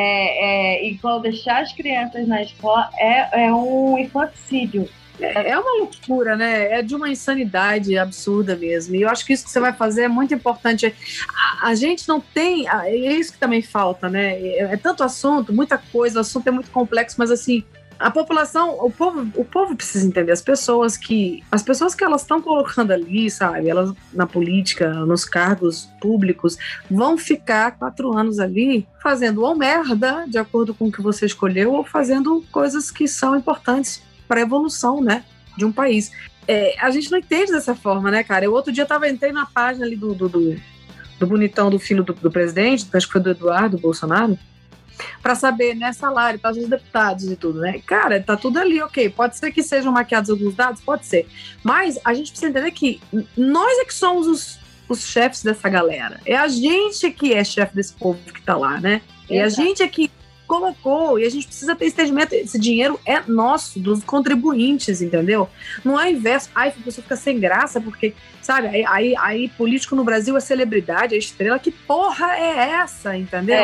e vão deixar as crianças na escola é um infanticídio. É uma loucura, né? É de uma insanidade absurda mesmo. E eu acho que isso que você vai fazer é muito importante. A gente não tem... É isso que também falta, né? É tanto assunto, muita coisa, o assunto é muito complexo, mas assim, a população, o povo precisa entender. As pessoas que elas estão colocando ali, sabe? Elas na política, nos cargos públicos, vão ficar 4 anos ali fazendo ou merda, de acordo com o que você escolheu, ou fazendo coisas que são importantes para a evolução, né, de um país. A gente não entende dessa forma, né, cara? Eu outro dia entrei na página ali do bonitão do filho do presidente, acho que foi do Eduardo Bolsonaro, para saber, né, salário, taxa dos deputados e tudo, né? Cara, tá tudo ali, ok. Pode ser que sejam maquiados alguns dados, pode ser. Mas a gente precisa entender que nós é que somos os chefes dessa galera. É a gente que é chefe desse povo que tá lá, né? E a gente é que colocou, e a gente precisa ter entendimento. Esse dinheiro é nosso, dos contribuintes, entendeu? Não é inverso. Ai, a pessoa fica sem graça, porque, sabe, aí político no Brasil é celebridade, é estrela. Que porra é essa, entendeu?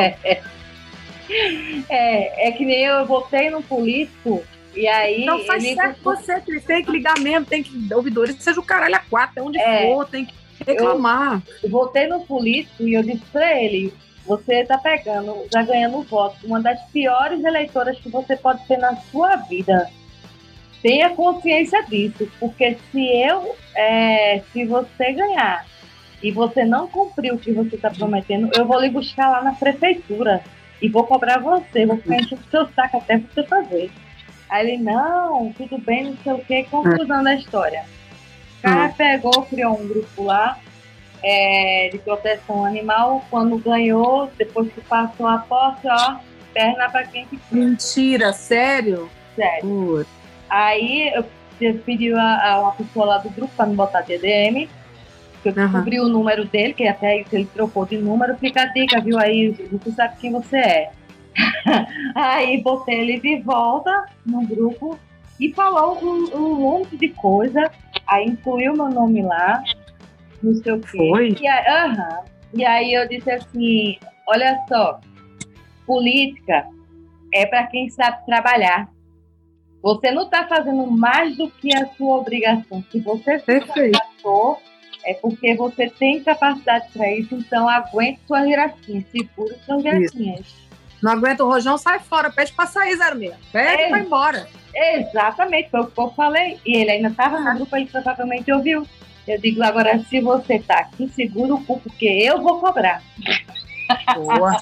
É que nem eu votei no político, e aí... Então faz certo você, tem que ligar mesmo, tem que ouvidores, seja o caralho a 4, onde for, tem que reclamar. Eu votei no político e eu disse pra ele: você tá ganhando voto, uma das piores eleitoras que você pode ter na sua vida. Tenha consciência disso, porque se você ganhar e você não cumprir o que você tá prometendo, eu vou lhe buscar lá na prefeitura e vou cobrar você, vou ficar enchendo o seu saco até você fazer. Aí ele: não, tudo bem, não sei o que, conclusão da história. O cara criou um grupo lá, de proteção animal. Quando ganhou, depois que passou a posse, perna pra quem que... Mentira, sério? Sério. Aí eu pedi a uma pessoa lá do grupo pra me botar TDM, que eu descobri o número dele, que até isso ele trocou de número. Fica a dica, viu? Aí você sabe quem você é. Aí botei ele de volta no grupo e falou um monte de coisa. Aí incluiu meu nome lá, não sei o quê. Foi? E aí eu disse assim: olha só, política é para quem sabe trabalhar. Você não está fazendo mais do que a sua obrigação. Se você se candidatou, é porque você tem capacidade para isso, então aguente suas gracinhas, segura suas gracinhas. Não aguenta o rojão, sai fora, pede para sair, 06. Pede e vai embora. Exatamente, foi o que eu falei. E ele ainda estava no grupo, ele provavelmente ouviu. Eu digo: agora, se você tá aqui, segura o cu, porque eu vou cobrar. Boa.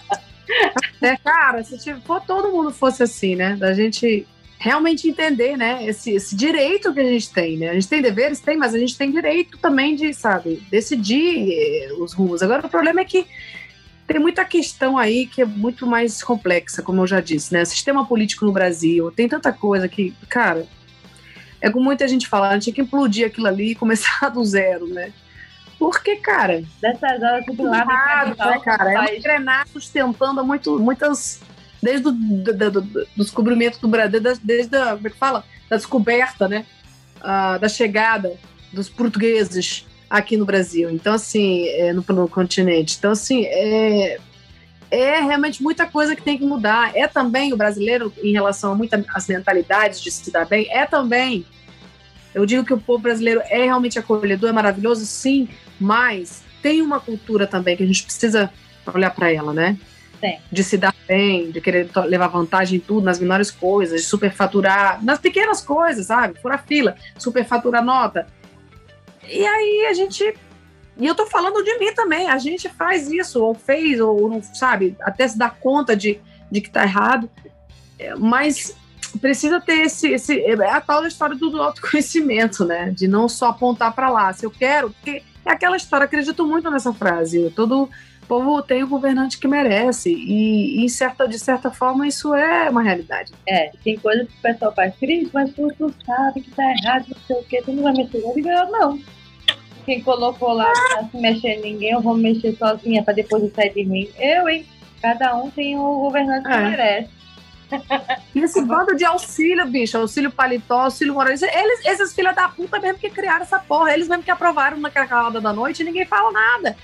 Cara, se todo mundo fosse assim, né? Da gente realmente entender, né? Esse direito que a gente tem, né? A gente tem deveres, mas a gente tem direito também de, sabe, decidir os rumos. Agora, o problema é que tem muita questão aí que é muito mais complexa, como eu já disse, né? Sistema político no Brasil, tem tanta coisa que, cara... É como muita gente fala, a gente tinha que implodir aquilo ali e começar do zero, né? Porque, cara... Dessas horas tudo lá, né, cara? É uma engrenagem sustentando muitas... Desde o descobrimento do Brasil, desde a, como é que fala? Da descoberta, né? Da chegada dos portugueses aqui no Brasil. Então, assim, no continente. Então, assim, é realmente muita coisa que tem que mudar. É também o brasileiro, em relação a muitas mentalidades de se dar bem, também. Eu digo que o povo brasileiro é realmente acolhedor, é maravilhoso, sim, mas tem uma cultura também que a gente precisa olhar para ela, né? de se dar bem, de querer levar vantagem em tudo, nas menores coisas, de superfaturar, nas pequenas coisas, sabe? Furar fila, superfaturar nota. E aí a gente... E eu tô falando de mim também, a gente faz isso, ou fez, ou não, sabe? Até se dar conta de que tá errado. Mas precisa ter é a tal da história do autoconhecimento, né? De não só apontar para lá, se eu quero... Porque é aquela história, acredito muito nessa frase, todo... O povo tem o governante que merece e de certa forma isso é uma realidade. Tem coisas que o pessoal faz, Cris, mas tu sabe que tá errado, não sei o quê, tu não vai mexer. Eu digo, não. Quem colocou lá não vai se mexer em ninguém, eu vou mexer sozinha pra depois sair de mim. Cada um tem o governante que merece. E esse bando de auxílio, bicho, auxílio paletó, auxílio moralista, esses filhos da puta mesmo que criaram essa porra, eles mesmo que aprovaram naquela calada da noite e ninguém fala nada.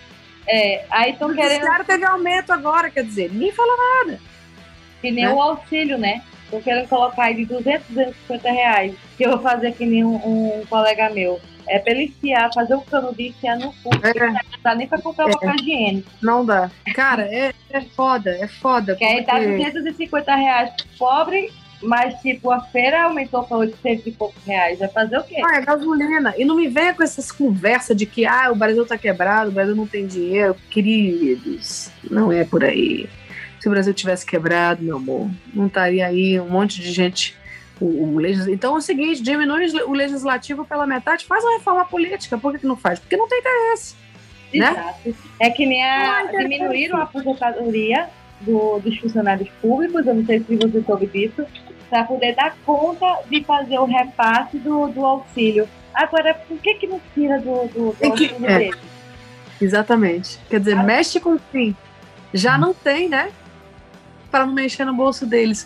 Aí estão querendo... O teve aumento agora, quer dizer, ninguém fala nada. Que nem o auxílio, né? Estão querendo colocar aí de 250 reais, que eu vou fazer que nem um colega meu. Pra ele fazer um cano de enfiar no cu, não dá nem pra comprar papel higiênico. Não dá. Cara, é foda. Que aí tá 250 reais pro pobre, mas tipo, a feira aumentou pra 800 e poucos reais. Vai fazer o quê? É gasolina. E não me venha com essas conversas de que o Brasil tá quebrado, o Brasil não tem dinheiro. Queridos, não é por aí. Se o Brasil tivesse quebrado, meu amor, não estaria aí um monte de gente... Então é o seguinte, diminui o legislativo pela metade, faz uma reforma política. Por que não faz? Porque não tem interesse. Exato. Né? É que nem diminuíram a aposentadoria dos funcionários públicos, eu não sei se você soube disso, para poder dar conta de fazer o repasse do auxílio. Agora, por que não tira do auxílio dele? Exatamente. Quer dizer, mexe com o fim. Já não tem, né? Para não mexer no bolso deles.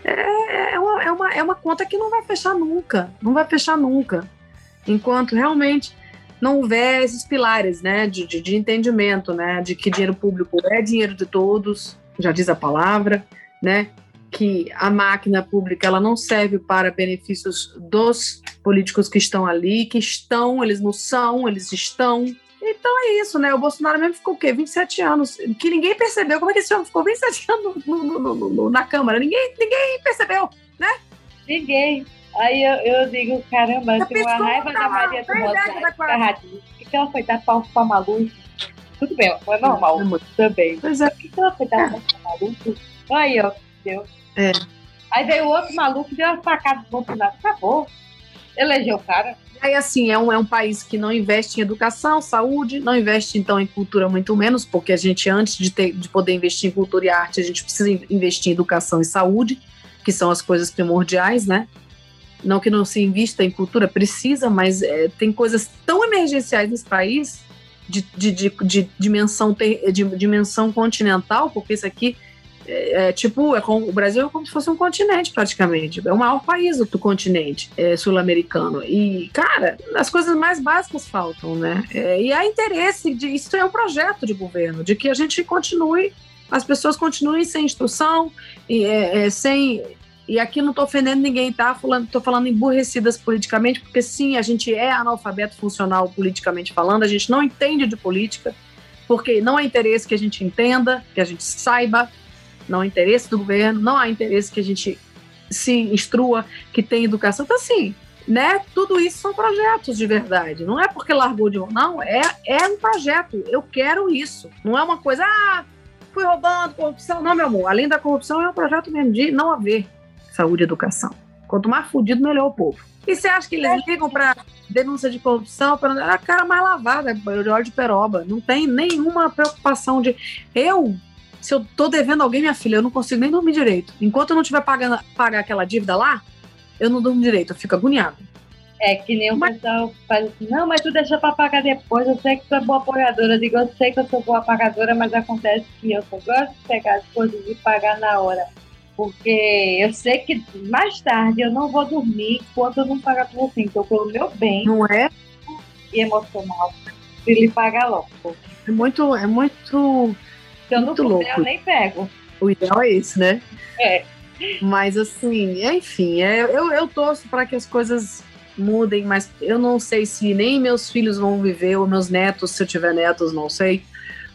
É uma conta que não vai fechar nunca. Não vai fechar nunca. Enquanto realmente não houver esses pilares, né, de entendimento, né, de que dinheiro público é dinheiro de todos, já diz a palavra, né, que a máquina pública ela não serve para benefícios dos políticos que estão ali, eles não são, eles estão. Então é isso, né? O Bolsonaro mesmo ficou o quê? 27 anos. Que ninguém percebeu. Como é que esse homem ficou 27 anos na Câmara? Ninguém percebeu, né? Ninguém. Aí eu digo, caramba, tem uma raiva da Maria do Rosário. O que ela foi dar pau pra maluco? Tudo bem, foi normal. Também. Pois é. O que ela foi dar pau pra maluco? Aí, ó, deu. Aí veio outro maluco, deu uma facada do Bolsonaro. Acabou. Elegeu o cara. Aí, assim, é um país que não investe em educação, saúde, não investe, então, em cultura muito menos, porque a gente, antes de poder investir em cultura e arte, a gente precisa investir em educação e saúde, que são as coisas primordiais, né? Não que não se invista em cultura, precisa, mas tem coisas tão emergenciais nesse país, de dimensão continental, porque isso aqui o Brasil é como se fosse um continente praticamente, é o maior país do continente sul-americano, e cara, as coisas mais básicas faltam, né, e há interesse, isso é um projeto de governo, de que a gente as pessoas continuem sem instrução, e aqui não estou ofendendo ninguém, tá? Estou falando emburrecidas politicamente, porque sim, a gente é analfabeto funcional politicamente falando, a gente não entende de política, porque não há interesse que a gente entenda, que a gente saiba, não há interesse do governo, não há interesse que a gente se instrua, que tenha educação. Então, assim, né? Tudo isso são projetos de verdade. Não é porque largou de mão, não. É um projeto. Eu quero isso. Não é uma coisa, fui roubando, corrupção. Não, meu amor. Além da corrupção, é um projeto mesmo de não haver saúde e educação. Quanto mais fudido, melhor o povo. E você acha que eles ligam para denúncia de corrupção? A cara mais lavada, de óleo de peroba. Não tem nenhuma preocupação de... Se eu tô devendo alguém, minha filha, eu não consigo nem dormir direito. Enquanto eu não tiver pagar aquela dívida lá, eu não durmo direito, eu fico agoniado. Que nem o pessoal faz assim, não, mas tu deixa pra pagar depois, eu sei que tu é boa pagadora. Eu digo, eu sei que eu sou boa pagadora, mas acontece que eu só gosto de pegar as coisas e pagar na hora. Porque eu sei que mais tarde eu não vou dormir enquanto eu não pagar por você. Então, pelo meu bem, não é? E emocional, se ele pagar logo. É muito se eu não puder, louco. Eu nem pego. O ideal é esse, né? Mas assim, enfim, eu torço para que as coisas mudem, mas eu não sei se nem meus filhos vão viver, ou meus netos, se eu tiver netos, não sei.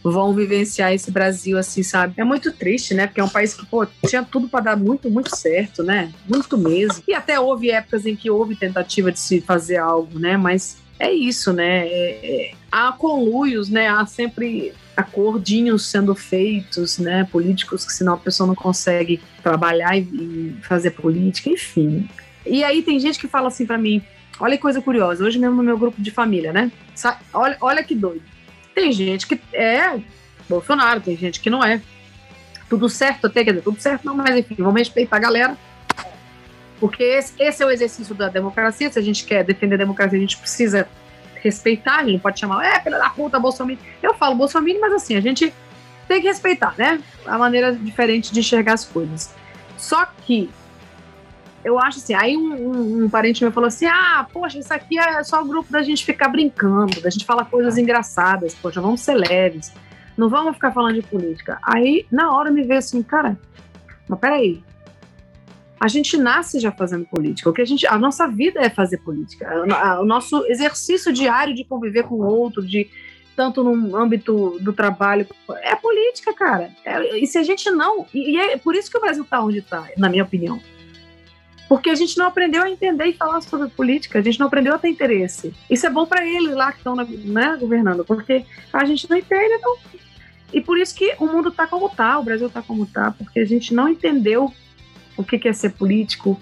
vão vivenciar esse Brasil assim, sabe? É muito triste, né? Porque é um país que, pô, tinha tudo para dar muito, muito certo, né? Muito mesmo. E até houve épocas em que houve tentativa de se fazer algo, né? Mas é isso, né? Há conluios, né? Há sempre acordinhos sendo feitos, né? Políticos que senão a pessoa não consegue trabalhar e fazer política, enfim. E aí tem gente que fala assim para mim, olha que coisa curiosa, hoje mesmo no meu grupo de família, né? Olha que doido. Tem gente que é Bolsonaro, tem gente que não é. Tudo certo até, quer dizer, tudo certo não, mas enfim, vamos respeitar a galera. Porque esse é o exercício da democracia. Se a gente quer defender a democracia, a gente precisa respeitar. A gente não pode chamar, filha da puta, Bolsonaro. Eu falo Bolsonaro, mas assim, a gente tem que respeitar, né? A maneira diferente de enxergar as coisas. Só que eu acho assim, aí um parente meu falou assim, poxa, isso aqui é só o grupo da gente ficar brincando, da gente falar coisas engraçadas, poxa, vamos ser leves, não vamos ficar falando de política. Aí, na hora, me veio assim, cara, mas peraí, a gente nasce já fazendo política, a nossa vida é fazer política, o nosso exercício diário de conviver com o outro, tanto no âmbito do trabalho, é política, cara. E se a gente não... E é por isso que o Brasil está onde está, na minha opinião. Porque a gente não aprendeu a entender e falar sobre política, a gente não aprendeu a ter interesse. Isso é bom para eles lá que estão, né, governando, porque a gente não entende, não. E por isso que o mundo está como está, o Brasil está como está, porque a gente não entendeu o que é ser político,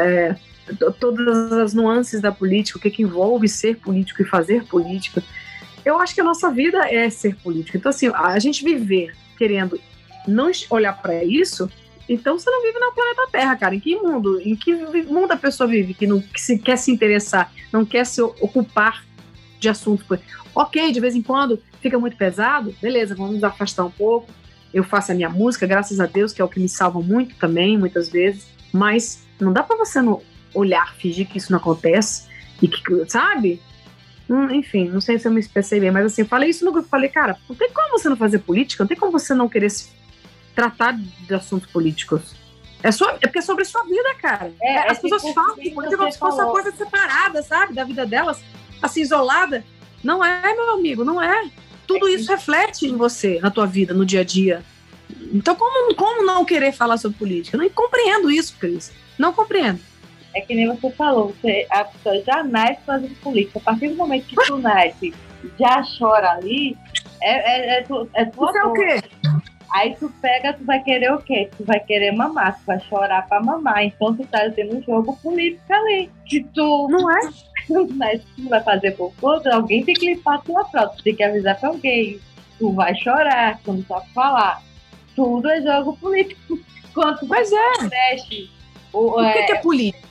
todas as nuances da política, o que envolve ser político e fazer política. Eu acho que a nossa vida é ser política. Então, assim, a gente viver querendo não olhar para isso, então você não vive no planeta Terra, cara. Em que mundo a pessoa vive que quer se interessar, não quer se ocupar de assuntos? Ok, de vez em quando fica muito pesado, beleza, vamos nos afastar um pouco. Eu faço a minha música, graças a Deus, que é o que me salva muito também, muitas vezes. Mas não dá pra você não olhar, fingir que isso não acontece. E que, sabe? Enfim, não sei se eu me expressei bem, mas assim, eu falei isso no grupo, falei, cara, não tem como você não fazer política, não tem como você não querer se tratar de assuntos políticos. Porque é sobre a sua vida, cara. As pessoas falam que política como se fosse uma coisa separada, sabe? Da vida delas, assim, isolada. Não é, meu amigo, não é. Tudo isso reflete em você, na tua vida, no dia a dia. Então, como não querer falar sobre política? Eu não compreendo isso, Cris. Não compreendo. É que nem você falou, a pessoa já nasce fazendo política. A partir do momento que tu nasce, já chora ali, é tua isso é o quê? Aí tu vai querer o quê? Tu vai querer mamar, tu vai chorar pra mamar. Então tu tá tendo um jogo político ali. Que tu... Não é? Mas tu vai fazer por todo, alguém tem que limpar a tua fralda. Tu tem que avisar pra alguém. Tu vai chorar quando tu falar. Tudo é jogo político. Mas é. O que é política?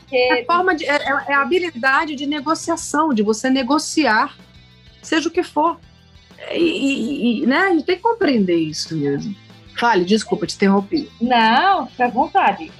É a habilidade de negociação, de você negociar, seja o que for. Né? A gente tem que compreender isso mesmo. Fale, desculpa, te interrompi. Não, fica à vontade.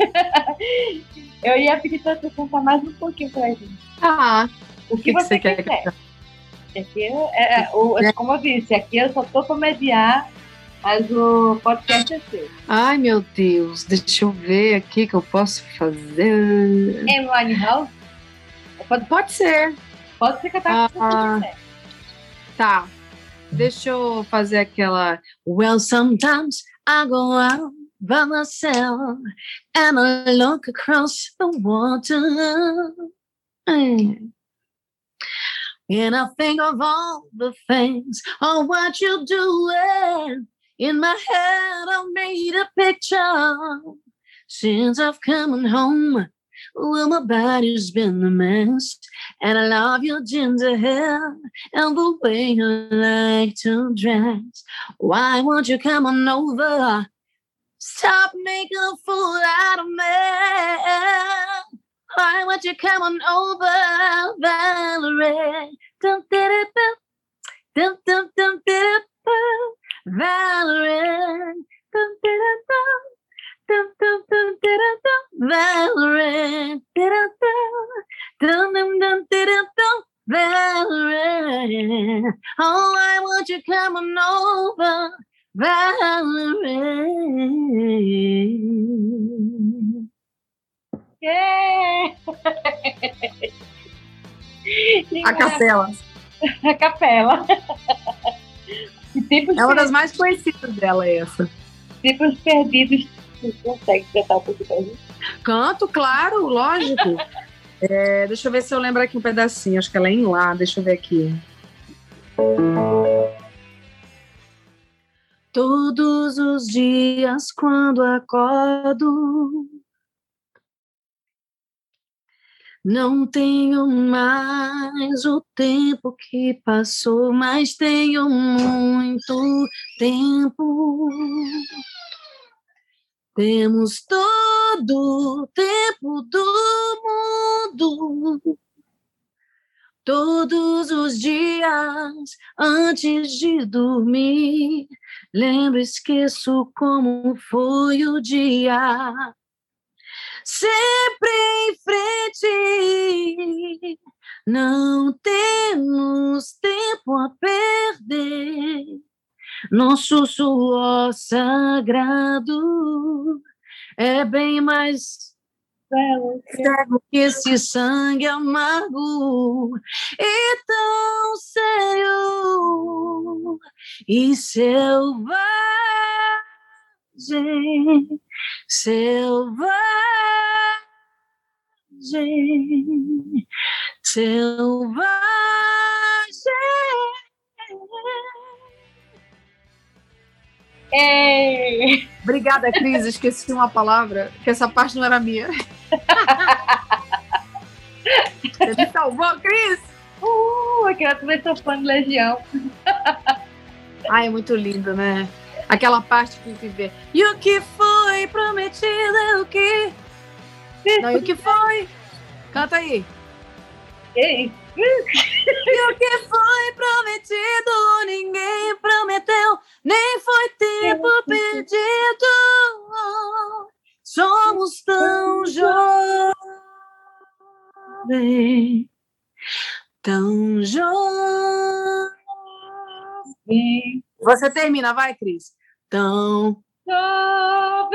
Eu ia pedir pra você contar mais um pouquinho pra gente. O que você quer? Aqui como eu disse, aqui eu só tô pra mediar, mas o podcast é seu. Ai, meu Deus, deixa eu ver aqui o que eu posso fazer. É no Animal? Pode ser. Pode ser que eu tava Tá. Deixa eu fazer aquela... Well, sometimes I go out by myself and I look across the water and I think of all the things of what you're doing. In my head I made a picture since I've come home. Well, my body's been a mess, and I love your ginger hair and the way you like to dress. Why won't you come on over? Stop making a fool out of me. Why won't you come on over, Valerie? Dum dum dum dum dum dum dum, Valerie. Dum dum dum. Dum, dum, dum, dum, dum, Valerie. Dum, dum, dum, dum, dum, dum, Valerie. Oh, why won't you come on over, Valerie? Yeah. A capela. A capela. É uma das mais conhecidas dela, essa. Tempos Perdidos, você consegue cantar um pouquinho pra gente? Canto, claro, lógico. Deixa eu ver se eu lembro aqui um pedacinho. Acho que ela é em Lá, deixa eu ver aqui. Todos os dias quando acordo, não tenho mais o tempo que passou, mas tenho muito tempo. Temos todo o tempo do mundo. Todos os dias antes de dormir, lembro, esqueço como foi o dia. Sempre em frente, não temos tempo a perder. Nosso suor sagrado é bem mais cego que esse sangue amargo e tão sério e selvagem, selvagem. Ei! Obrigada, Cris. Esqueci uma palavra, que essa parte não era minha. Você me salvou, Cris! Aqui eu também sou fã de Legião. Ai, é muito lindo, né? Aquela parte que viver. E o que foi prometido é o que... Não, e o que foi? Canta aí. Ei! E o que foi prometido, ninguém prometeu, nem foi tempo perdido. Somos tão jovens, tão jovens. Você termina, vai, Cris. Tão jovens.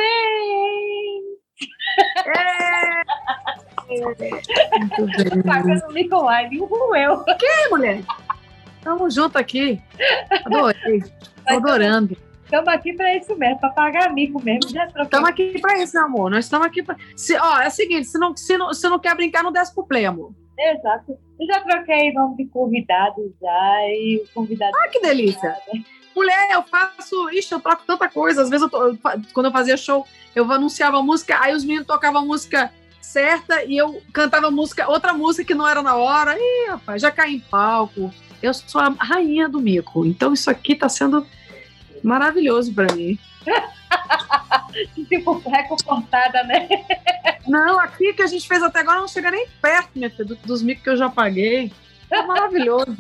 Pagando Mico Live, eu. Que, mulher? Tamo junto aqui. Adorei. Tô adorando. Estamos aqui para isso mesmo, para pagar mico mesmo. Estamos aqui para isso, meu amor. Nós estamos aqui para. É o seguinte: se não quer brincar, não desce pro play, amor. Exato. Eu já troquei nome de convidados já e o convidado. Ah, que delícia! Mulher, eu faço. Ixi, eu troco tanta coisa. Às vezes, quando eu fazia show, eu anunciava a música, aí os meninos tocavam a música certa e eu cantava outra música que não era na hora. Ih, rapaz, já caí em palco. Eu sou a rainha do mico. Então isso aqui tá sendo maravilhoso pra mim. Tipo, reconfortada, né? Não, aqui que a gente fez até agora não chega nem perto, minha filha, dos micos que eu já paguei. É maravilhoso.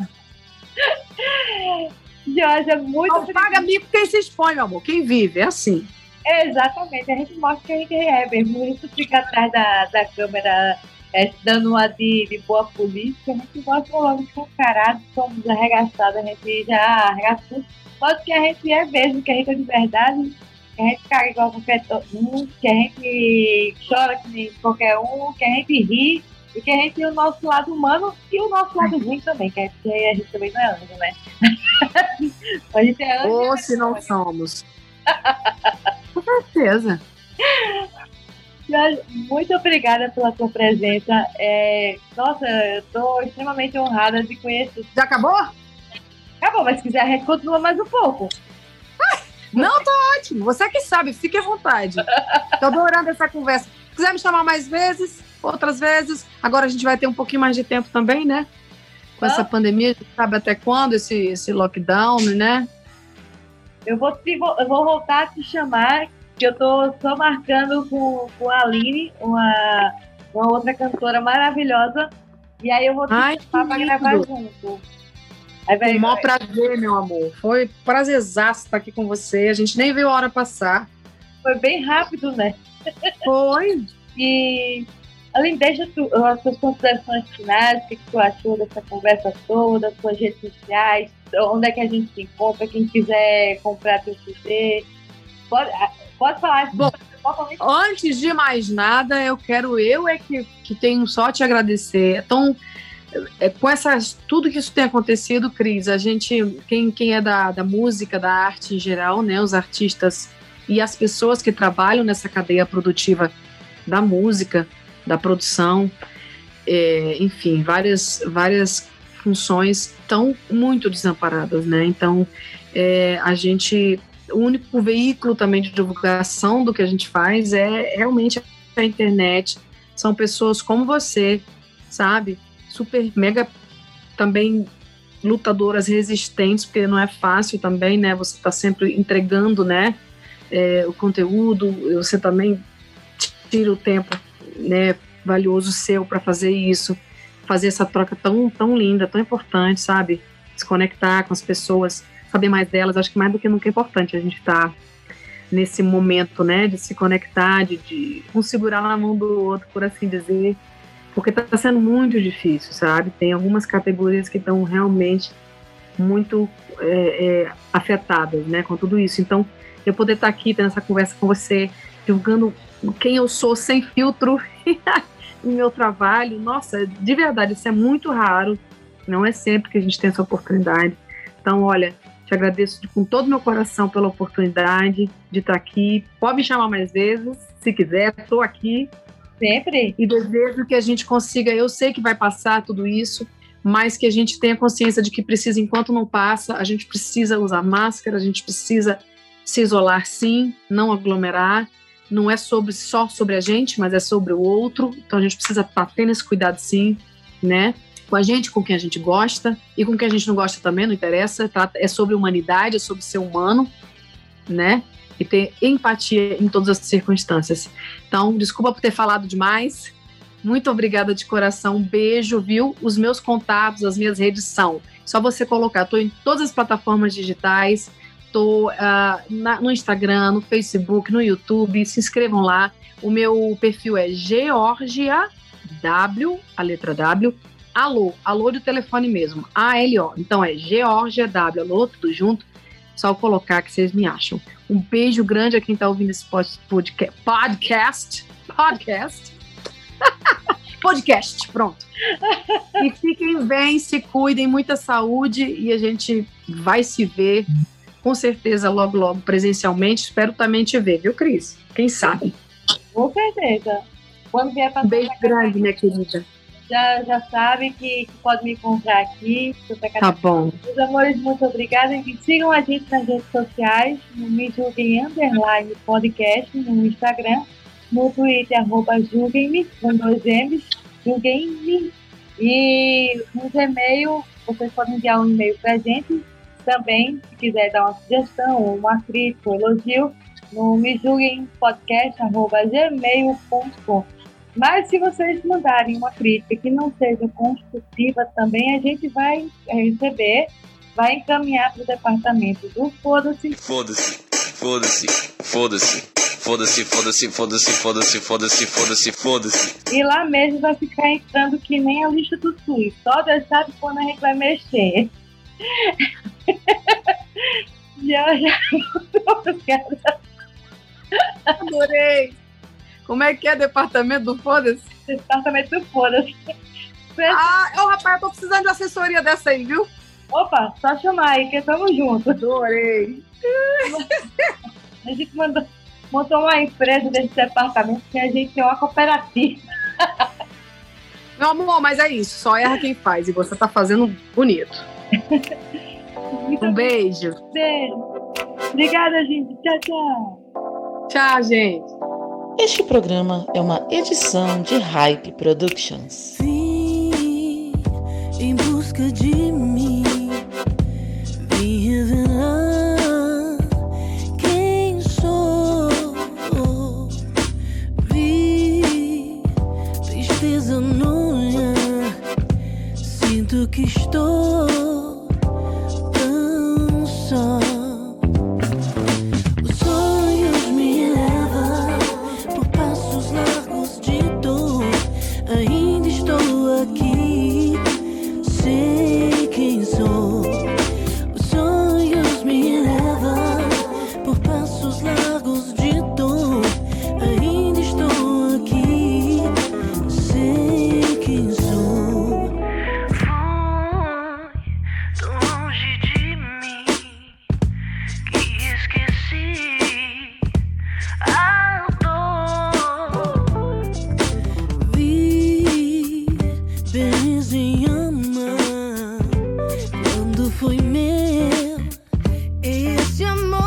Jorge, é muito... Não paga mico quem se expõe, meu amor. Quem vive, é assim. Exatamente, a gente mostra que a gente é mesmo. Isso fica atrás da câmera dando uma de boa política. A gente mostra logo escancarado, somos arregaçados, a gente já arregaçou. Mostra que a gente é mesmo, que a gente é de verdade, que a gente caga igual qualquer um, que a gente chora que nem qualquer um, que a gente ri, e que a gente tem o nosso lado humano e o nosso lado ruim também, que a gente também não é anjo, né? A gente é anjo. Ou se não somos. Com certeza. Muito obrigada pela sua presença. Nossa, eu estou extremamente honrada de conhecer. Já acabou? Acabou, mas se quiser a gente continua mais um pouco. Não, tô ótimo. Você que sabe, fique à vontade. Tô adorando essa conversa. Se quiser me chamar mais vezes, outras vezes. Agora a gente vai ter um pouquinho mais de tempo também, né? Com essa pandemia, a gente sabe até quando esse lockdown, né? Eu vou voltar a te chamar, que eu tô só marcando com a Aline, uma outra cantora maravilhosa. E aí eu vou te chamar pra gravar junto. Foi um maior prazer, meu amor. Foi prazerzaço estar aqui com você. A gente nem viu a hora passar. Foi bem rápido, né? Foi. E, Aline, deixa as suas considerações finais, o que tu achou dessa conversa toda, suas redes sociais, onde é que a gente se encontra, quem quiser comprar teu CD. Pode falar. Bom, antes de mais nada, eu que tenho só te agradecer. Então, com tudo que isso tem acontecido, Cris, a gente, quem é da música, da arte em geral, né, os artistas e as pessoas que trabalham nessa cadeia produtiva da música, da produção, enfim, várias funções estão muito desamparadas, né? Então, o único veículo também de divulgação do que a gente faz é realmente a internet. São pessoas como você, sabe? Super, mega, também lutadoras, resistentes, porque não é fácil também, né? Você está sempre entregando, né? O conteúdo, você também tira o tempo, né, valioso seu para fazer isso, fazer essa troca tão linda, tão importante, sabe? Se conectar com as pessoas, saber mais delas. Acho que mais do que nunca é importante a gente estar nesse momento, né, de se conectar, de um segurar na mão do outro, por assim dizer, porque está sendo muito difícil, sabe? Tem algumas categorias que estão realmente muito afetadas, né, com tudo isso. Então, eu poder estar aqui tendo essa conversa com você, divulgando quem eu sou sem filtro no meu trabalho, nossa, de verdade, isso é muito raro, não é sempre que a gente tem essa oportunidade. Então, olha, te agradeço com todo o meu coração pela oportunidade de estar aqui. Pode me chamar mais vezes, se quiser, estou aqui. Sempre. E desejo que a gente consiga, eu sei que vai passar tudo isso, mas que a gente tenha consciência de que precisa, enquanto não passa, a gente precisa usar máscara, a gente precisa se isolar sim, não aglomerar. Não é só sobre a gente, mas é sobre o outro. Então a gente precisa estar tendo esse cuidado sim, né? Com a gente, com quem a gente gosta, e com quem a gente não gosta também, não interessa. É sobre humanidade, é sobre ser humano, né? E ter empatia em todas as circunstâncias. Então, desculpa por ter falado demais. Muito obrigada de coração. Um beijo, viu? Os meus contatos, as minhas redes são. Só você colocar. Estou em todas as plataformas digitais. Estou no Instagram, no Facebook, no YouTube. Se inscrevam lá. O meu perfil é Georgia W, a letra W. Alô do telefone mesmo. ALO. Então é Georgia W, alô, tudo junto. Só colocar que vocês me acham. Um beijo grande a quem está ouvindo esse podcast. Podcast, pronto. E fiquem bem, se cuidem, muita saúde e a gente vai se ver, com certeza, logo, logo, presencialmente. Espero também te ver, viu, Cris? Quem sabe? Com certeza. Quando vier passar um beijo grande, minha querida. Já sabe que pode me encontrar aqui. Tá bom. Meus amores, muito obrigada. E sigam a gente nas redes sociais, no Me Julguem _podcast, no Instagram, no Twitter, @julguem-me, com 2 M's, julguem-me. E no Gmail, vocês podem enviar um e-mail pra gente também, se quiser dar uma sugestão, uma crítica, um elogio, no mejulguempodcast@gmail.com. Mas se vocês mandarem uma crítica que não seja construtiva também, a gente vai receber, vai encaminhar para o departamento do Foda-se. Foda-se, foda-se, foda-se, foda-se, foda-se, foda-se, foda-se, foda-se, foda-se, foda-se. E lá mesmo vai ficar entrando que nem a lista do SUS. Só Deus sabe quando a gente vai mexer. Já. Adorei. Como é que é departamento do Foda-se? Departamento do Foda-se. Rapaz, eu tô precisando de assessoria dessa aí, viu? Opa, só chamar aí, que estamos juntos. Adorei. A gente montou uma empresa desse departamento que a gente tem uma cooperativa. Meu amor, mas é isso. Só erra quem faz. E você tá fazendo bonito. Um beijo. Beijo. Obrigada, gente. Tchau, tchau. Tchau, gente. Este programa é uma edição de Hype Productions. Vim em busca de mim, vim revelar quem sou. Vi tristeza no olhar, sinto que estou tão só. Ainda estou aqui, sei quem sou. Os sonhos me levam por passos largos de dor. Ainda estou aqui, sei quem sou. longe de mim, que esqueci a dor. Vives em amar quando foi meu esse amor.